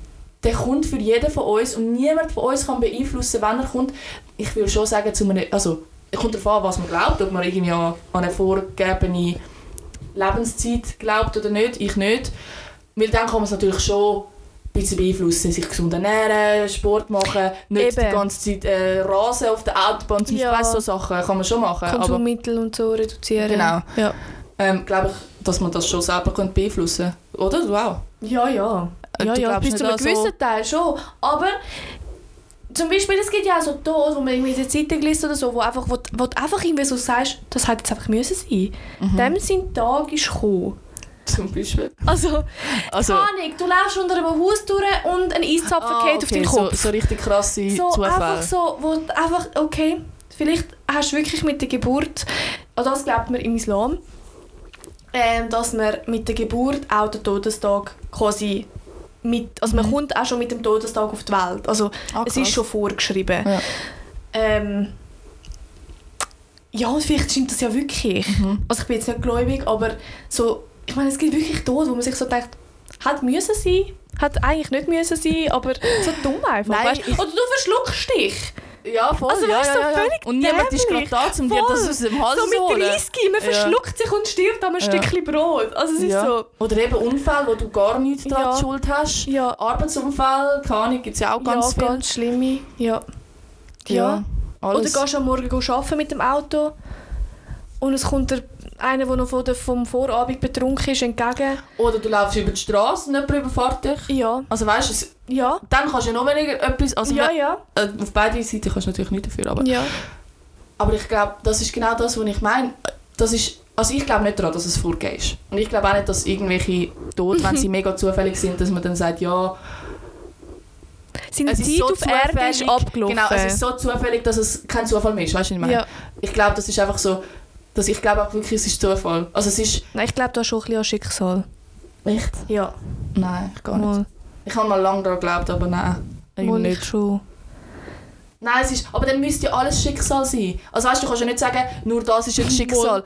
der kommt für jeden von uns und niemand von uns kann beeinflussen, wenn er kommt. Ich würde schon sagen, also es kommt darauf an, was man glaubt, ob man irgendwie an eine vorgegebene Lebenszeit glaubt oder nicht. Ich nicht. Weil dann kann man es natürlich schon ein bisschen beeinflussen, sich gesund ernähren, Sport machen, nicht die ganze Zeit rasen auf der Autobahn, zum Beispiel, so Sachen kann man schon machen. Konsummittel und so reduzieren. Genau. Ja. Glaube ich, dass man das schon selber beeinflussen könnte. Oder? Wow. Ja. Bis zu einem gewissen Teil schon. Aber zum Beispiel, es gibt ja auch so Tode, wo man irgendwie in der Zeitung liest oder so, wo du einfach irgendwie so sagst, das hätte jetzt einfach müssen sein. Dem sein Tag ist gekommen. Zum Beispiel? Also keine Ahnung, du läufst unter einem Haus durch und ein Eiszapfen fällt auf deinen Kopf. So richtig krasse Zufälle. Einfach so, wo einfach, okay, vielleicht hast du wirklich mit der Geburt, an das glaubt man im Islam, dass man mit der Geburt auch den Todestag quasi also man kommt auch schon mit dem Todestag auf die Welt. Also es ist schon vorgeschrieben. Ja, und vielleicht stimmt das ja wirklich. Also ich bin jetzt nicht gläubig, aber so, ich meine, es gibt wirklich Tode, wo man sich so denkt, hätte müssen sein, hätte eigentlich nicht müssen sein, aber so dumm einfach. Nein, oder du verschluckst dich. Ja, voll. Also, weißt, so völlig und niemand ist gerade da, um dir das aus dem Hals zu holen. So mit 30, man verschluckt sich und stirbt an einem Stückchen Brot. Also es ist so. Oder eben Unfälle, wo du gar nichts daran Schuld hast. Ja. Arbeitsunfälle, keine Ahnung, gibt es ja auch ganz viel. Ja, ganz schlimme. Ja. Alles. Oder gehst du am Morgen arbeiten mit dem Auto und es kommt einer, der noch vom Vorabend betrunken ist, entgegen. Oder du läufst über die Straße und jemand überfährt dich. Ja. Also weißt du, dann kannst du ja noch weniger etwas... Also auf beiden Seiten kannst du natürlich nicht dafür, aber ich glaube, das ist genau das, was ich meine. Also ich glaube nicht daran, dass es vorgegeben ist. Und ich glaube auch nicht, dass irgendwelche Tote, wenn sie mega zufällig sind, dass man dann sagt, ja... Seine Zeit so auf Erde ist abgelaufen. Genau, es ist so zufällig, dass es kein Zufall mehr ist. Weißt du, was ich meine? Ja. Ich glaube, das ist einfach so... Ich glaube auch wirklich, es ist Zufall. Also es ist... Nein, ich glaube da schon ein bisschen an Schicksal. Echt? Ja. Nein, gar nicht. Ich habe mal lange daran geglaubt, aber nein. Irgendwie nicht. Schon. Nein, es ist... Aber dann müsste ja alles Schicksal sein. Also weißt du, kannst ja nicht sagen, nur das ist jetzt Schicksal.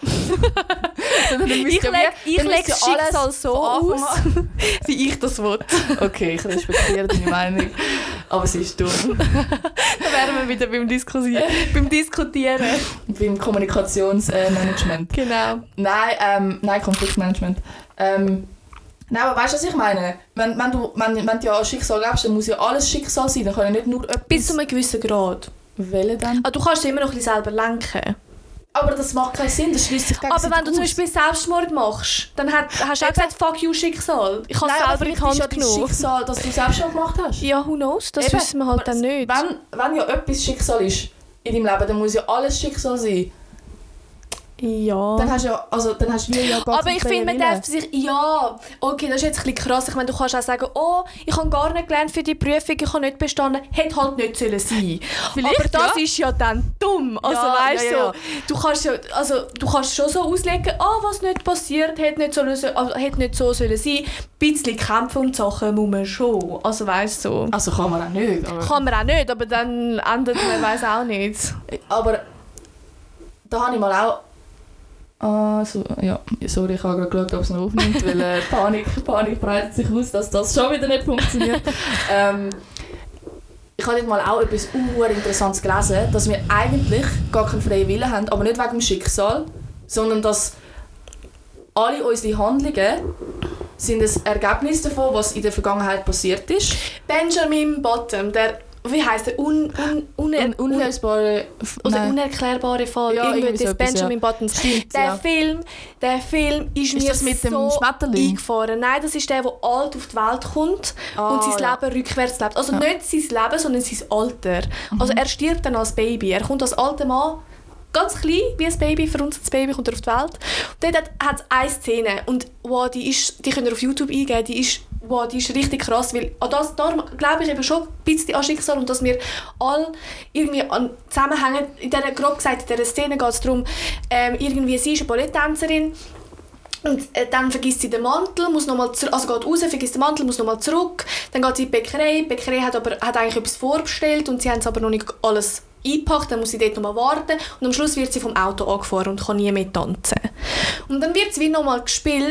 Ich lege das Schicksal so aus, wie ich das will. Okay, ich respektiere deine Meinung. Aber es ist dumm. Dann wären wir wieder beim Diskutieren. Beim Kommunikationsmanagement. Genau. Nein, Konfliktmanagement. Nein, aber weißt du, was ich meine? Wenn du ja an Schicksal lebst, dann muss ja alles Schicksal sein. Dann kann ja nicht nur etwas... Bis zu einem gewissen Grad. Welche dann? Du kannst es immer noch ein bisschen selber lenken. Aber das macht keinen Sinn, das schließt sich gegenseitig aus. Aber wenn du zum Beispiel Selbstmord machst, dann hast du auch gesagt, fuck you, Schicksal. Ich habe es selber in die Hand genommen. Ja Schicksal, dass du Selbstmord gemacht hast. Ja, who knows? Das wissen wir halt dann nicht. Wenn ja etwas Schicksal ist in deinem Leben, dann muss ja alles Schicksal sein. Ja. Dann hast du ja gar aber ich finde, man darf sich... Ja, okay, das ist jetzt ein bisschen krass. Ich meine, du kannst auch sagen, oh, ich habe gar nicht gelernt für die Prüfung, ich habe nicht bestanden. Hätte halt nicht sein sollen. Aber das ist ja dann dumm. Also weißt du, so, du kannst schon so auslegen, was nicht passiert, hätte nicht so sollen sein. Ein bisschen kämpfen und Sachen muss man schon. Also weißt du. So. Also kann man auch nicht. Kann man auch nicht, aber dann ändert man weiss auch nicht. Aber da habe ich mal auch... sorry, ich habe gerade geschaut, ob es noch aufnimmt, weil Panik breitet sich aus, dass das schon wieder nicht funktioniert. Ich habe jetzt mal auch etwas Interessantes gelesen, dass wir eigentlich gar keinen freien Willen haben, aber nicht wegen dem Schicksal, sondern dass alle unsere Handlungen sind ein Ergebnis davon, was in der Vergangenheit passiert ist. Benjamin Button, der... Wie heisst der? Unlösbare... Oder unerklärbare Fall. Ja, irgendwie das Benjamin Button. Stimmt, der Film ist mir das mit dem so Schmetterling? eingefahren. Nein, das ist der alt auf die Welt kommt und sein Leben rückwärts lebt. Also nicht sein Leben, sondern sein Alter. Also er stirbt dann als Baby. Er kommt als alter Mann, ganz klein, wie ein Baby, verrunzeltes Baby, kommt er auf die Welt. Und dort hat es eine Szene. Und wow, die könnt ihr auf YouTube eingeben, die ist richtig krass, weil darum glaube ich eben schon ein bisschen an Schicksal und dass wir alle irgendwie zusammenhängen. Grob gesagt, in dieser Szene geht es darum, irgendwie sie ist eine Balletttänzerin und dann vergisst sie den Mantel, muss nochmal geht raus, vergisst den Mantel, muss nochmal zurück, dann geht sie in die Bäckerei. Die Bäckerei hat eigentlich etwas vorbestellt und sie haben es aber noch nicht alles eingepackt, dann muss sie dort nochmal warten und am Schluss wird sie vom Auto angefahren und kann nie mehr tanzen. Und dann wird es wie nochmal gespielt,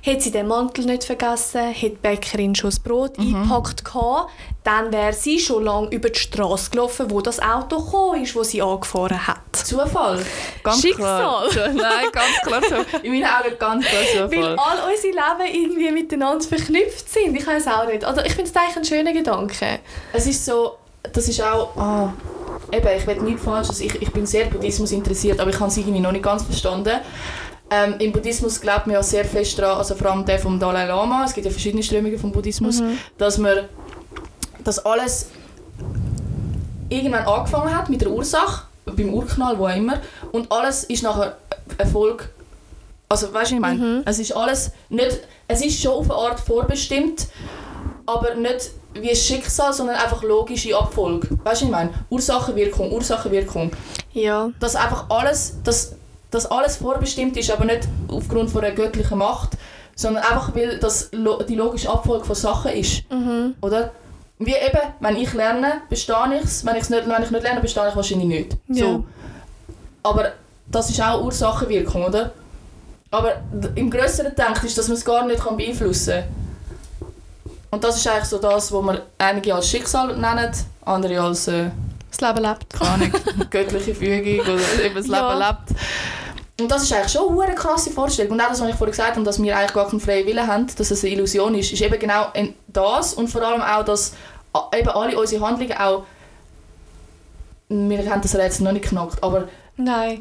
Hätte sie den Mantel nicht vergessen, hätte die Bäckerin schon das Brot eingepackt gehabt, dann wäre sie schon lange über die Straße gelaufen, wo das Auto gekommen ist, das sie angefahren hat. Zufall. Ganz Schicksal. Klar. Nein, ganz klar so. In meinen Augen ganz klar Zufall. Weil all unsere Leben irgendwie miteinander verknüpft sind. Ich weiß auch nicht. Also ich finde es eigentlich ein schöner Gedanke. Es ist so, das ist auch... Eben, ich will nicht falsch, also ich bin sehr Buddhismus interessiert, aber ich habe es irgendwie noch nicht ganz verstanden. Im Buddhismus glaubt man ja sehr fest daran, also vor allem der vom Dalai Lama, es gibt ja verschiedene Strömungen vom Buddhismus, dass alles irgendwann angefangen hat mit der Ursache, beim Urknall, wo auch immer, und alles ist nachher Erfolg. Also weißt du, was ich meine? Es ist alles nicht, es ist schon auf eine Art vorbestimmt, aber nicht wie ein Schicksal, sondern einfach logische Abfolge. Weißt du, was ich meine? Ursache, Wirkung, Ursache, Wirkung. Ja. Dass einfach alles, dass alles vorbestimmt ist, aber nicht aufgrund von einer göttlichen Macht, sondern einfach, weil das die logische Abfolge von Sachen ist. Oder? Wie eben, wenn ich lerne, bestehe ich es. Wenn ich nicht lerne, bestehe ich wahrscheinlich nicht. Ja. So. Aber das ist auch Ursache-Wirkung, oder? Aber im Grösseren denkt ist, dass man es gar nicht beeinflussen kann. Und das ist eigentlich so das, was wir einige als Schicksal nennen, andere als das Leben lebt. Keine Ahnung, göttliche Fügung oder eben das Leben lebt. Und das ist eigentlich schon eine krasse Vorstellung. Und auch das, was ich vorhin gesagt habe, dass wir eigentlich gar keinen freien Willen haben, dass es eine Illusion ist eben genau das. Und vor allem auch, dass eben alle unsere Handlungen auch... Wir haben das Rätsel noch nicht geknackt, aber... Nein.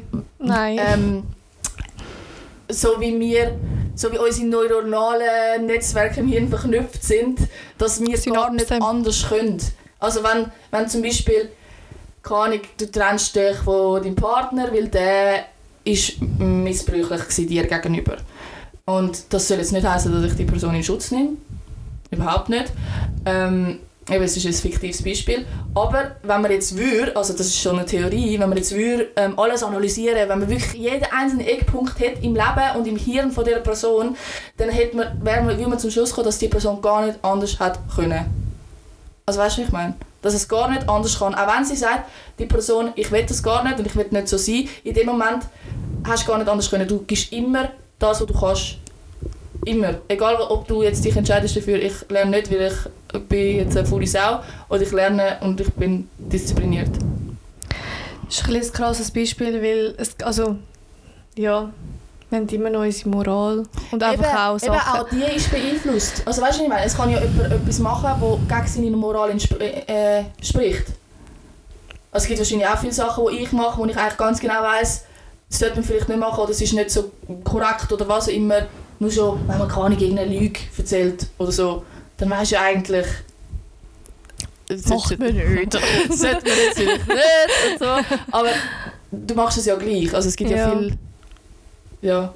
So wie unsere neuronalen Netzwerke im Hirn verknüpft sind, dass wir es gar nicht anders können. Also wenn zum Beispiel, keine Ahnung, du trennst dich von deinem Partner, weil der ist missbräuchlich dir gegenüber. Und das soll jetzt nicht heißen, dass ich die Person in Schutz nehme. Überhaupt nicht. Es ist ein fiktives Beispiel. Aber wenn man jetzt also das ist schon eine Theorie, wenn man jetzt alles analysieren, wenn man wirklich jeden einzelnen Eckpunkt hat im Leben und im Hirn von dieser Person, dann würde man zum Schluss kommen, dass die Person gar nicht anders hätte können. Also weißt du, was ich meine? Dass es gar nicht anders kann. Auch wenn sie sagt, die Person, ich will das gar nicht und ich will nicht so sein, in dem Moment hast du gar nicht anders können. Du gibst immer das, was du kannst. Immer. Egal, ob du jetzt dich entscheidest dafür, ich lerne nicht, weil ich bin jetzt eine faule Sau, oder ich lerne und ich bin diszipliniert. Das ist ein krasses Beispiel, weil wir haben immer noch unsere Moral und einfach auch Sachen. Eben auch die ist beeinflusst. Also weißt du, was ich meine? Es kann ja jemand etwas machen, das gegen seine Moral spricht. Also es gibt wahrscheinlich auch viele Sachen, die ich mache, wo ich eigentlich ganz genau weiss, das sollte man vielleicht nicht machen oder es ist nicht so korrekt oder was auch immer. Nur schon, wenn man keine Ahnung, irgendeine Lüge erzählt oder so, dann weisst du eigentlich... Macht man nicht. Sollte man jetzt vielleicht nicht und so. Aber du machst es ja gleich. Also es gibt ja viel... Ja.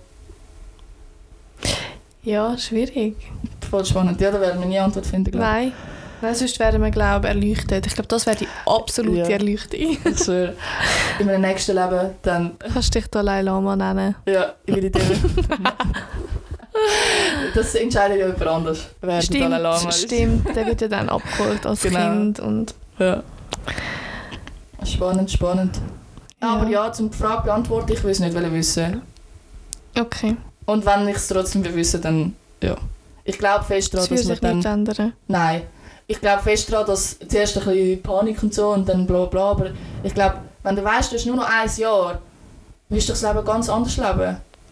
Ja, schwierig. Voll spannend. Ja, da werden wir nie Antwort finden, glaube ich. Nein, sonst werden wir, glaube ich, erleuchtet. Ich glaube, das wäre die absolute Erleuchtung. Ich schwöre. In meinem nächsten Leben dann... Kannst du dich Dalai Lama nennen? Ja, ich will dir. Das entscheidet ja jemand anders. Wer stimmt, Dalai Lama ist. Stimmt, der wird ja dann abgeholt als Kind. Und ja. Spannend. Ja. Aber ja, zum Frage beantworten, ich will es nicht wissen. Okay. Und wenn ich es trotzdem will wissen, dann ja. Ich glaube fest daran, dass man dann... nicht ändern? Nein. Ich glaube fest daran, dass zuerst ein bisschen Panik und so und dann bla bla, aber ich glaube, wenn du weißt, du hast nur noch 1 Jahr, wirst du das Leben ganz anders leben.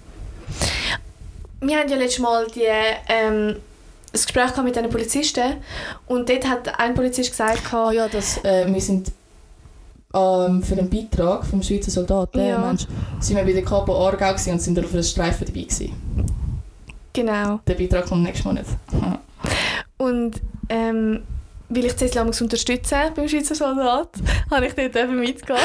Wir hatten ja letztes Mal ein Gespräch mit einem Polizisten und dort hat ein Polizist gesagt... ja, dass wir sind für den Beitrag vom Schweizer Soldaten, sind wir bei der Kapo Aargau und sind auf einem Streifen dabei gewesen. Genau. Der Beitrag kommt nächstes Mal nicht. Und weil ich Cecil unterstütze beim Schweizer Soldat, habe ich dort mitgehen.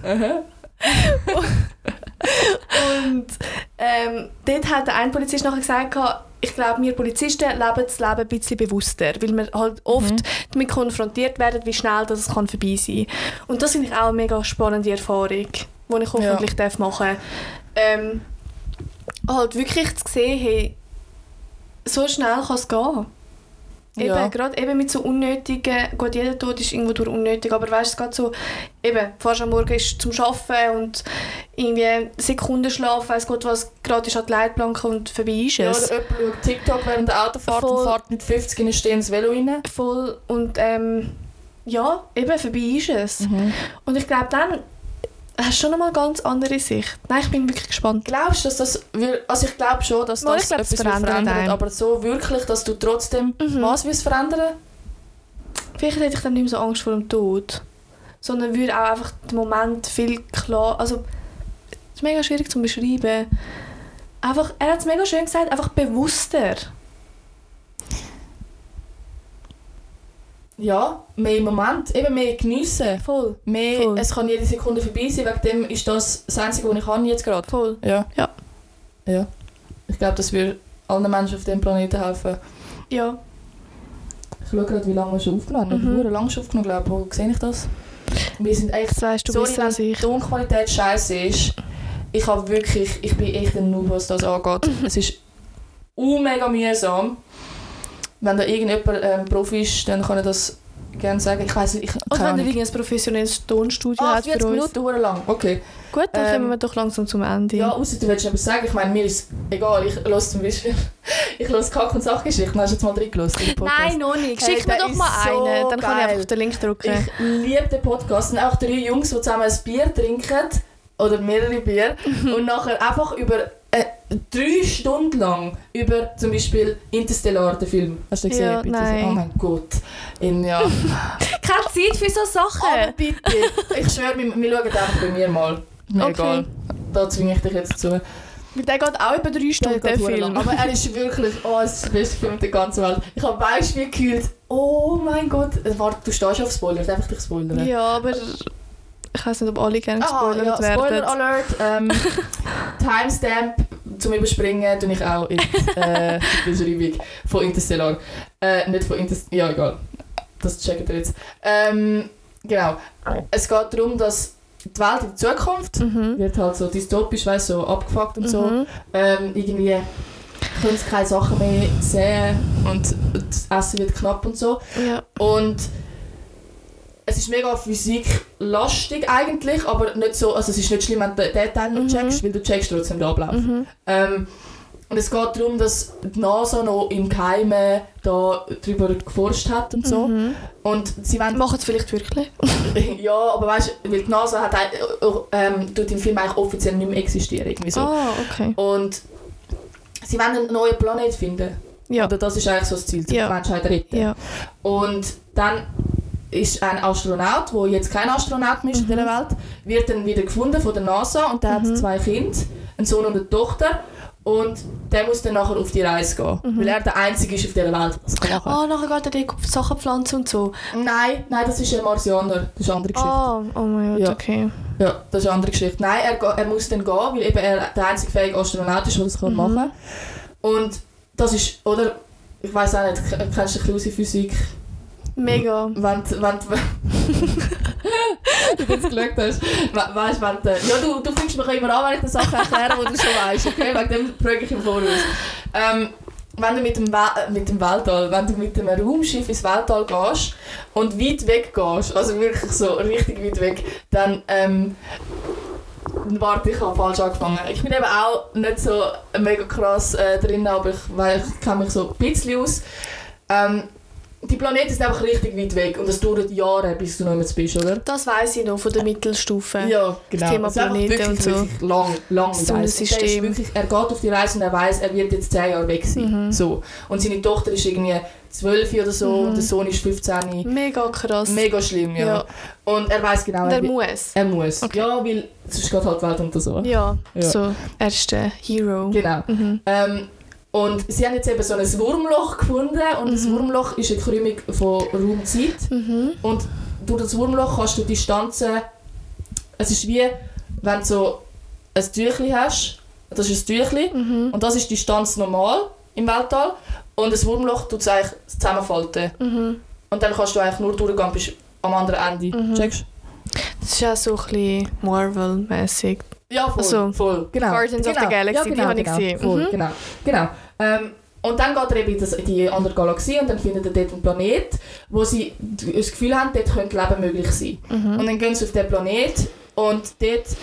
Und dort hat ein Polizist nachher gesagt, ich glaube, wir Polizisten leben das Leben ein bisschen bewusster, weil wir halt oft damit konfrontiert werden, wie schnell das vorbei sein kann. Und das finde ich auch eine mega spannende Erfahrung, die ich hoffentlich machen darf. Halt wirklich zu sehen, hey, so schnell kann es gehen. Gerade eben mit so unnötigen, gut, jeder Tod ist irgendwo durch unnötig, aber weißt du, es geht so, eben, fährst am Morgen ist zum Arbeiten und irgendwie Sekundenschlaf, weiss Gott was, gerade ist an die Leitplanke und vorbei ist Ja, es. oder jemand schaut TikTok während der Autofahrt Voll. und fährt mit 50 in ein stehendes Velo rein. Voll. Und ja, eben, vorbei ist es. Und ich glaube, dann hast du schon nochmal eine ganz andere Sicht. Nein, ich bin wirklich gespannt. Glaubst du, dass das... Also ich glaube schon, dass Mal, das ich glaub, es etwas verändert einen. aber so wirklich, dass du trotzdem... Was willst du verändern? Vielleicht hätte ich dann nicht mehr so Angst vor dem Tod. Sondern würde auch einfach den Moment viel klar... Also, es ist mega schwierig zu beschreiben. Einfach, er hat es mega schön gesagt, einfach bewusster. Ja, mehr im Moment, eben mehr geniessen. Voll. Mehr, Voll. Es kann jede Sekunde vorbei sein, wegen dem ist das Einzige, was ich kann jetzt gerade. Voll. Ja. Ja. Ja. Ich glaube, das würde allen Menschen auf diesem Planeten helfen. Ja. Ich schaue gerade, wie lange wir schon aufgenommen haben. Wir haben lange schon aufgenommen, glaube ich. Wo sehe ich das? Wir sind echt... Das weißt du Sorry, besser wenn als die ich. Tonqualität scheiße ist. Ich bin echt ein Noob, was das angeht. Es ist mega mühsam. Wenn da irgendjemand Profi ist, dann kann er das gerne sagen. Ich weiss nicht, Und wenn ihr ein professionelles Tonstudio habt für 40 uns. Minuten, verdammt lang. Okay. Gut, dann kommen wir doch langsam zum Ende. Ja, ausser du willst etwas sagen. Ich meine, mir ist egal. Ich höre zum Beispiel Kack- und Sachgeschichten. Hast du jetzt mal reingelassen in den Podcast? Nein, noch nicht. Hey, Schick mir der doch mal ist so einen, dann kann ich geil. einfach den Link drücken. Ich liebe den Podcast. Es sind auch 3 Jungs, die zusammen ein Bier trinken. Oder mehrere Bier. Und nachher einfach über 3 Stunden lang über zum Beispiel Interstellar, den Film. Hast du den gesehen? Ja, Bitte? nein. Oh mein Gott. Ja. Keine Zeit für so Sachen. Aber bitte. Ich schwöre, wir schauen einfach bei mir mal. Mir Okay. egal. Da zwinge ich dich jetzt zu. Weil der geht auch über 3 Stunden, der Film. Aber er ist wirklich, es ist der beste Film der ganzen Welt. Ich habe Beispiele gekühlt. Oh mein Gott. Warte, du stehst auf Spoiler, darf ich dich spoilern? Ja, aber ich weiß nicht, ob alle gerne gespoilert werden. Spoiler Alert. Timestamp zum Überspringen tue ich auch in die Beschreibung von Interstellar. Nicht von Interstellar, ja egal. Das checkt ihr jetzt. Genau. Es geht darum, dass die Welt in der Zukunft wird halt so dystopisch, weißt, so abgefuckt und so. Irgendwie können sie keine Sachen mehr sehen und das Essen wird knapp und so. Ja. Und es ist mega physiklastig eigentlich, aber nicht so, also es ist nicht schlimm, wenn du den Teil nicht checkst, weil du checkst trotzdem den Ablauf. Und es geht darum, dass die NASA noch im Geheimen da darüber geforscht hat und so. Und sie wollen... Machen es vielleicht wirklich? Ja, aber weißt du, weil die NASA hat tut im Film eigentlich offiziell nicht mehr existieren. Irgendwie so. Ah, okay. Und sie wollen einen neuen Planet finden. Ja. Oder das ist eigentlich so das Ziel, die Ja. Menschheit retten. Ja. Und dann ist ein Astronaut, der jetzt kein Astronaut mehr ist in dieser Welt, wird dann wieder gefunden von der NASA und der hat 2 Kinder, einen Sohn und eine Tochter. Und der muss dann nachher auf die Reise gehen, weil er der Einzige ist auf dieser Welt, was kann machen. Ah, nachher geht er die Sachen pflanzen und so. Nein, das ist ein Marsianer, das ist eine andere Geschichte. Oh mein Gott, Ja. okay. Ja, das ist eine andere Geschichte. Nein, er muss dann gehen, weil eben er der einzige fähige Astronaut ist, der das machen kann. Und das ist, oder, ich weiss auch nicht, kennst du ein bisschen Physik? Mega. Wenn du jetzt geschaut hast, weißt du, ja, du fängst mich immer an, wenn ich dir Sachen erkläre, die du schon weißt, okay? Wegen dem frage ich im Voraus. Wenn du mit dem Weltall, wenn du mit dem Raumschiff ins Weltall gehst und weit weg gehst, also wirklich so richtig weit weg, dann warte, ich habe falsch angefangen. Ich bin eben auch nicht so mega krass drin, aber ich kenne mich so ein bisschen aus. Die Planeten sind einfach richtig weit weg und es dauert Jahre, bis du noch mit bist, oder? Das weiss ich noch von der Mittelstufe. Ja, genau. Das Thema Es ist einfach Planeten und so. wirklich lang Sonnensystem. Er geht auf die Reise und er weiss, er wird jetzt 10 Jahre weg sein. So. Und seine Tochter ist irgendwie 12 oder so und der Sohn ist 15. Mega krass. Mega schlimm, ja. Ja. Und er weiss genau, Der muss. er muss. Okay. Ja, weil sonst geht halt die Welt unter so. Ja, Ja. so, er ist der Hero. Genau. Und sie haben jetzt eben so ein Wurmloch gefunden und das Wurmloch ist eine Krümmung von Raum-Zeit. Und durch das Wurmloch kannst du Distanzen... Es ist wie, wenn du so ein Tüchli hast, das ist ein Tüchli, und das ist die Distanz normal im Weltall, und das Wurmloch tut es eigentlich zusammenfalten. Und dann kannst du eigentlich nur durchgehen bis am anderen Ende. Checkst? Das ist ja so ein bisschen Marvel-mäßig. Ja, voll. Also, voll. Genau. Guardians of the Galaxy, die habe ich gesehen. Voll, genau. Und dann geht er eben in die andere Galaxie und dann findet er dort einen Planet, wo sie das Gefühl haben, dort könnte Leben möglich sein. Und dann gehen sie auf den Planet und dort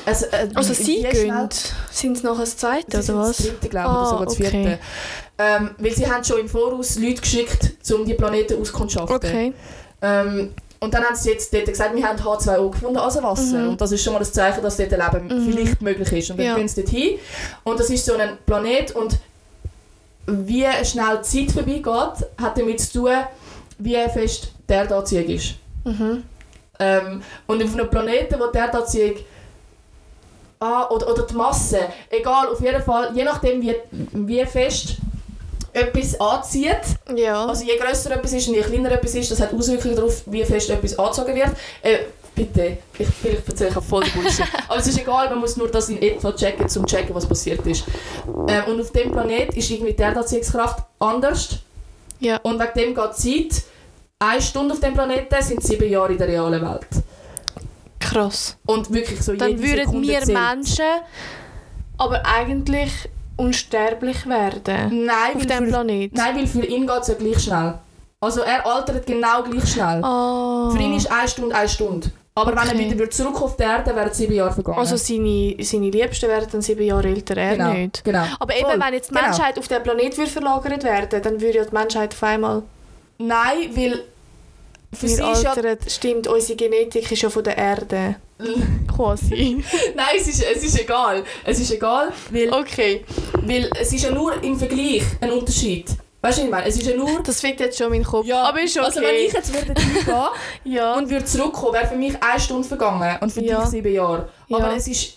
Also sie gehen? Sind es noch das zweite, oder was? Das dritte, glaube ich, oder sogar das vierte. Weil sie haben schon im Voraus Leute geschickt, um die Planeten auskundschaften. Okay. Und dann haben sie jetzt dort gesagt, wir haben H2O gefunden, also Wasser. Und das ist schon mal das Zeichen, dass dort Leben vielleicht möglich ist. Und dann gehen sie dort hin. Und das ist so ein Planet. Und wie schnell die Zeit vorbeigeht, hat damit zu tun, wie fest die Erdanziehung ist. Und auf einem Planeten, wo die Erdanziehung oder die Masse, egal, auf jeden Fall, je nachdem wie fest etwas anzieht, also je grösser etwas ist und je kleiner etwas ist, das hat Auswirkungen darauf, wie fest etwas angezogen wird. Bitte, vielleicht erzähle ich voll Bullshit. Aber es ist egal, man muss nur das in etwa checken, um zu checken, was passiert ist. Und auf dem Planet ist irgendwie die Erdanziehungskraft anders. Ja. Und wegen dem geht die Zeit, 1 Stunde auf dem Planeten sind 7 Jahre in der realen Welt. Krass. Und wirklich so dann jede würden Sekunde wir zählt. Menschen aber eigentlich unsterblich werden. Nein, auf dem Planet. Nein, weil für ihn geht es ja gleich schnell. Also er altert genau gleich schnell. Oh. Für ihn ist 1 Stunde 1 Stunde. Aber wenn er wieder zurück auf die Erde, wären 7 Jahre vergangen. Also seine Liebsten werden dann 7 Jahre älter, er nicht. Genau. Aber eben, wenn jetzt die Menschheit auf den Planet verlagert werden, dann würde ja die Menschheit auf einmal... Nein, weil... Für sie altert, stimmt, unsere Genetik ist ja von der Erde. Quasi. Nein, es ist egal. Es ist egal, weil es ist ja nur im Vergleich ein Unterschied. Weißt du, was ich meine? Es ist ja nur... Das fickt jetzt schon meinen Kopf. Ja, aber ist okay. Also wenn ich jetzt würde hingehen und würde zurückkommen, wäre für mich 1 Stunde vergangen und für dich 7 Jahre. Aber es ist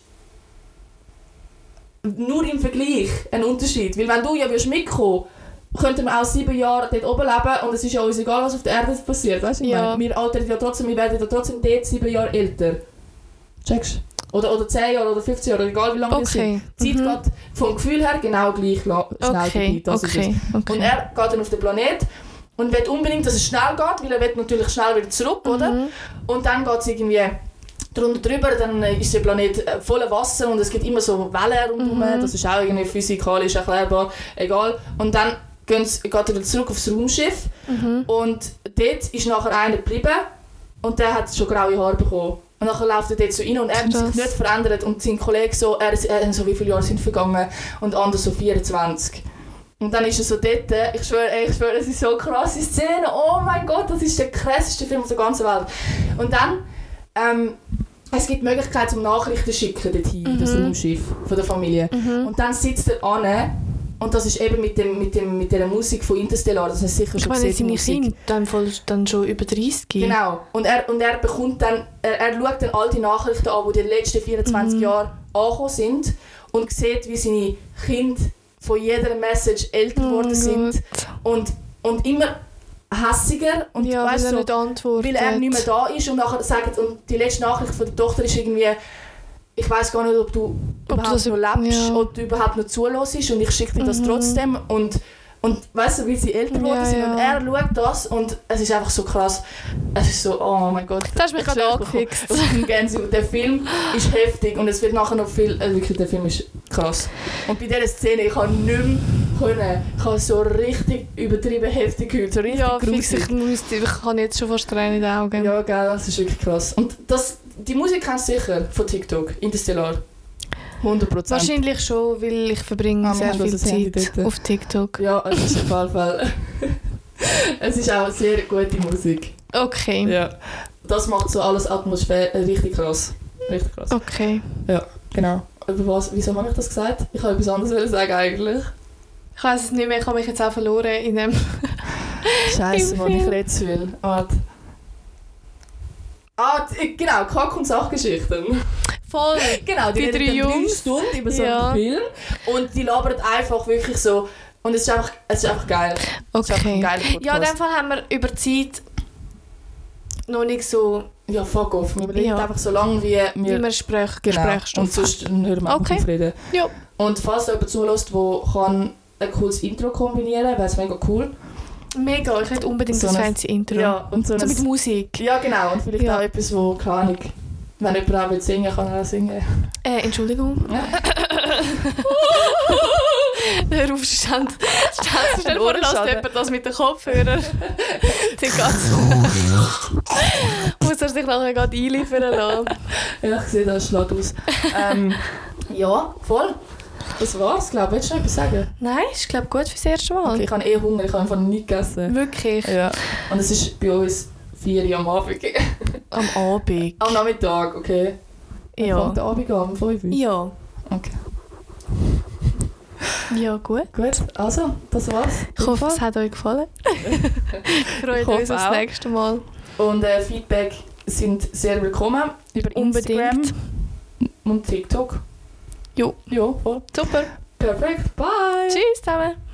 nur im Vergleich ein Unterschied. Weil wenn du ja mitkommen würdest, könnten wir auch 7 Jahre dort oben leben und es ist ja uns egal, was auf der Erde passiert. Weißt du, wir altern ja trotzdem, wir werden ja trotzdem dort 7 Jahre älter. Checkst du? Oder 10 Jahre oder 15 Jahre, egal wie lange wir sind. Die Zeit geht vom Gefühl her genau gleich schnell vorbei. Und er geht dann auf den Planet und will unbedingt, dass es schnell geht, weil er will natürlich schnell wieder zurück, oder? Und dann geht es irgendwie drüber, dann ist der Planet voller Wasser und es gibt immer so Wellen rundherum, das ist auch irgendwie physikalisch erklärbar, egal. Und dann geht er wieder zurück aufs Raumschiff und dort ist nachher einer geblieben und der hat schon graue Haare bekommen. Und dann läuft er dort so rein und er hat sich nicht verändert. Und sein Kollege so, so wie viele Jahre sind vergangen und andere so 24. Und dann ist er so dort, ich schwöre, es ist so eine krasse Szene. Oh mein Gott, das ist der krasseste Film auf der ganzen Welt. Und dann, es gibt die Möglichkeit zum Nachrichten zu schicken dorthin, das Raumschiff von der Familie. Und dann sitzt er an. Und das ist eben mit der Musik von Interstellar, das hast du sicher schon gesehen. Ich meine, seine Kinder dann schon über 30. Genau. Und er bekommt dann, er schaut dann all die Nachrichten an, die in den letzten 24 Jahren angekommen sind und sieht, wie seine Kinder von jeder Message älter geworden sind und immer hässiger und weißt, so, weil er nicht mehr da ist und nachher sagt, und die letzte Nachricht von der Tochter ist irgendwie, ich weiss gar nicht, ob du überhaupt noch lebst, ob du überhaupt noch zuhörst und ich schicke dir das trotzdem und weißt du, wie sie älter geworden sind und er schaut das und es ist einfach so krass. Es ist so, oh mein Gott. Das hast mich gerade angefixt. Der Film ist heftig und es wird nachher noch viel, wirklich, der Film ist krass. Und bei dieser Szene, ich kann nicht mehr können. Ich habe so richtig übertrieben heftig gehört, so richtig gruselig. Ich habe jetzt schon fast Tränen in den Augen. Ja, gell, das ist wirklich krass. Und die Musik kennst du sicher von TikTok, Interstellar. 100%. Wahrscheinlich schon, weil ich verbringe sehr viel Zeit auf TikTok. Ja, es ist auf jeden Fall. Es ist auch sehr gute Musik. Okay. Ja. Das macht so alles Atmosphäre richtig krass. Richtig krass. Okay. Ja, genau. Wieso habe ich das gesagt? Ich wollte etwas anderes sagen eigentlich. Ich weiss es nicht mehr, ich habe mich jetzt auch verloren in dem... Scheiße, was ich reden will. Genau, Kack- und Sachgeschichten. Voll. Genau, die reden 3 Stunden über so einen Film und die labern einfach wirklich so und es ist einfach geil. Okay. Es ist einfach ein geiler Podcast. Ja, in dem Fall haben wir über die Zeit noch nicht so... Ja, fuck off. Wir reden einfach so lange, wie wir Gesprächsstoff und sonst hören wir einfach auf reden. Ja. Und falls jemand zulässt, der ein cooles Intro kombinieren kann, wäre es mega cool. Mega, ich hätte unbedingt so das fancy Intro. Ja, und so mit Musik. Ja, genau. Und vielleicht auch etwas, wo, keine Ahnung, wenn jemand auch will singen will, kann er auch singen. Entschuldigung. Ja. Hör drauf stand. Stell dir vor, lasst jemand das mit den Kopfhörern. Muss er sich nachher gerade einliefern lassen. Ja, ich sehe, das schlägt aus. Ja, voll. Das war's, glaube ich. Willst du noch etwas sagen? Nein, ist glaube gut fürs erste Mal. Okay, ich habe Hunger, ich habe einfach nichts gegessen. Wirklich? Ja. Und es ist bei uns 4 Uhr am Abend. Am Abend? Am Nachmittag, okay. Ja. Fängt der Abend an, um 5 Uhr? Ja. Okay. Ja, gut. Gut, also, das war's. Ich hoffe, es hat euch gefallen. Freut uns aufs nächste Mal. Und Feedback sind sehr willkommen über Instagram und TikTok. Jo. Ja, voll. Super. Perfekt. Bye. Tschüss zusammen.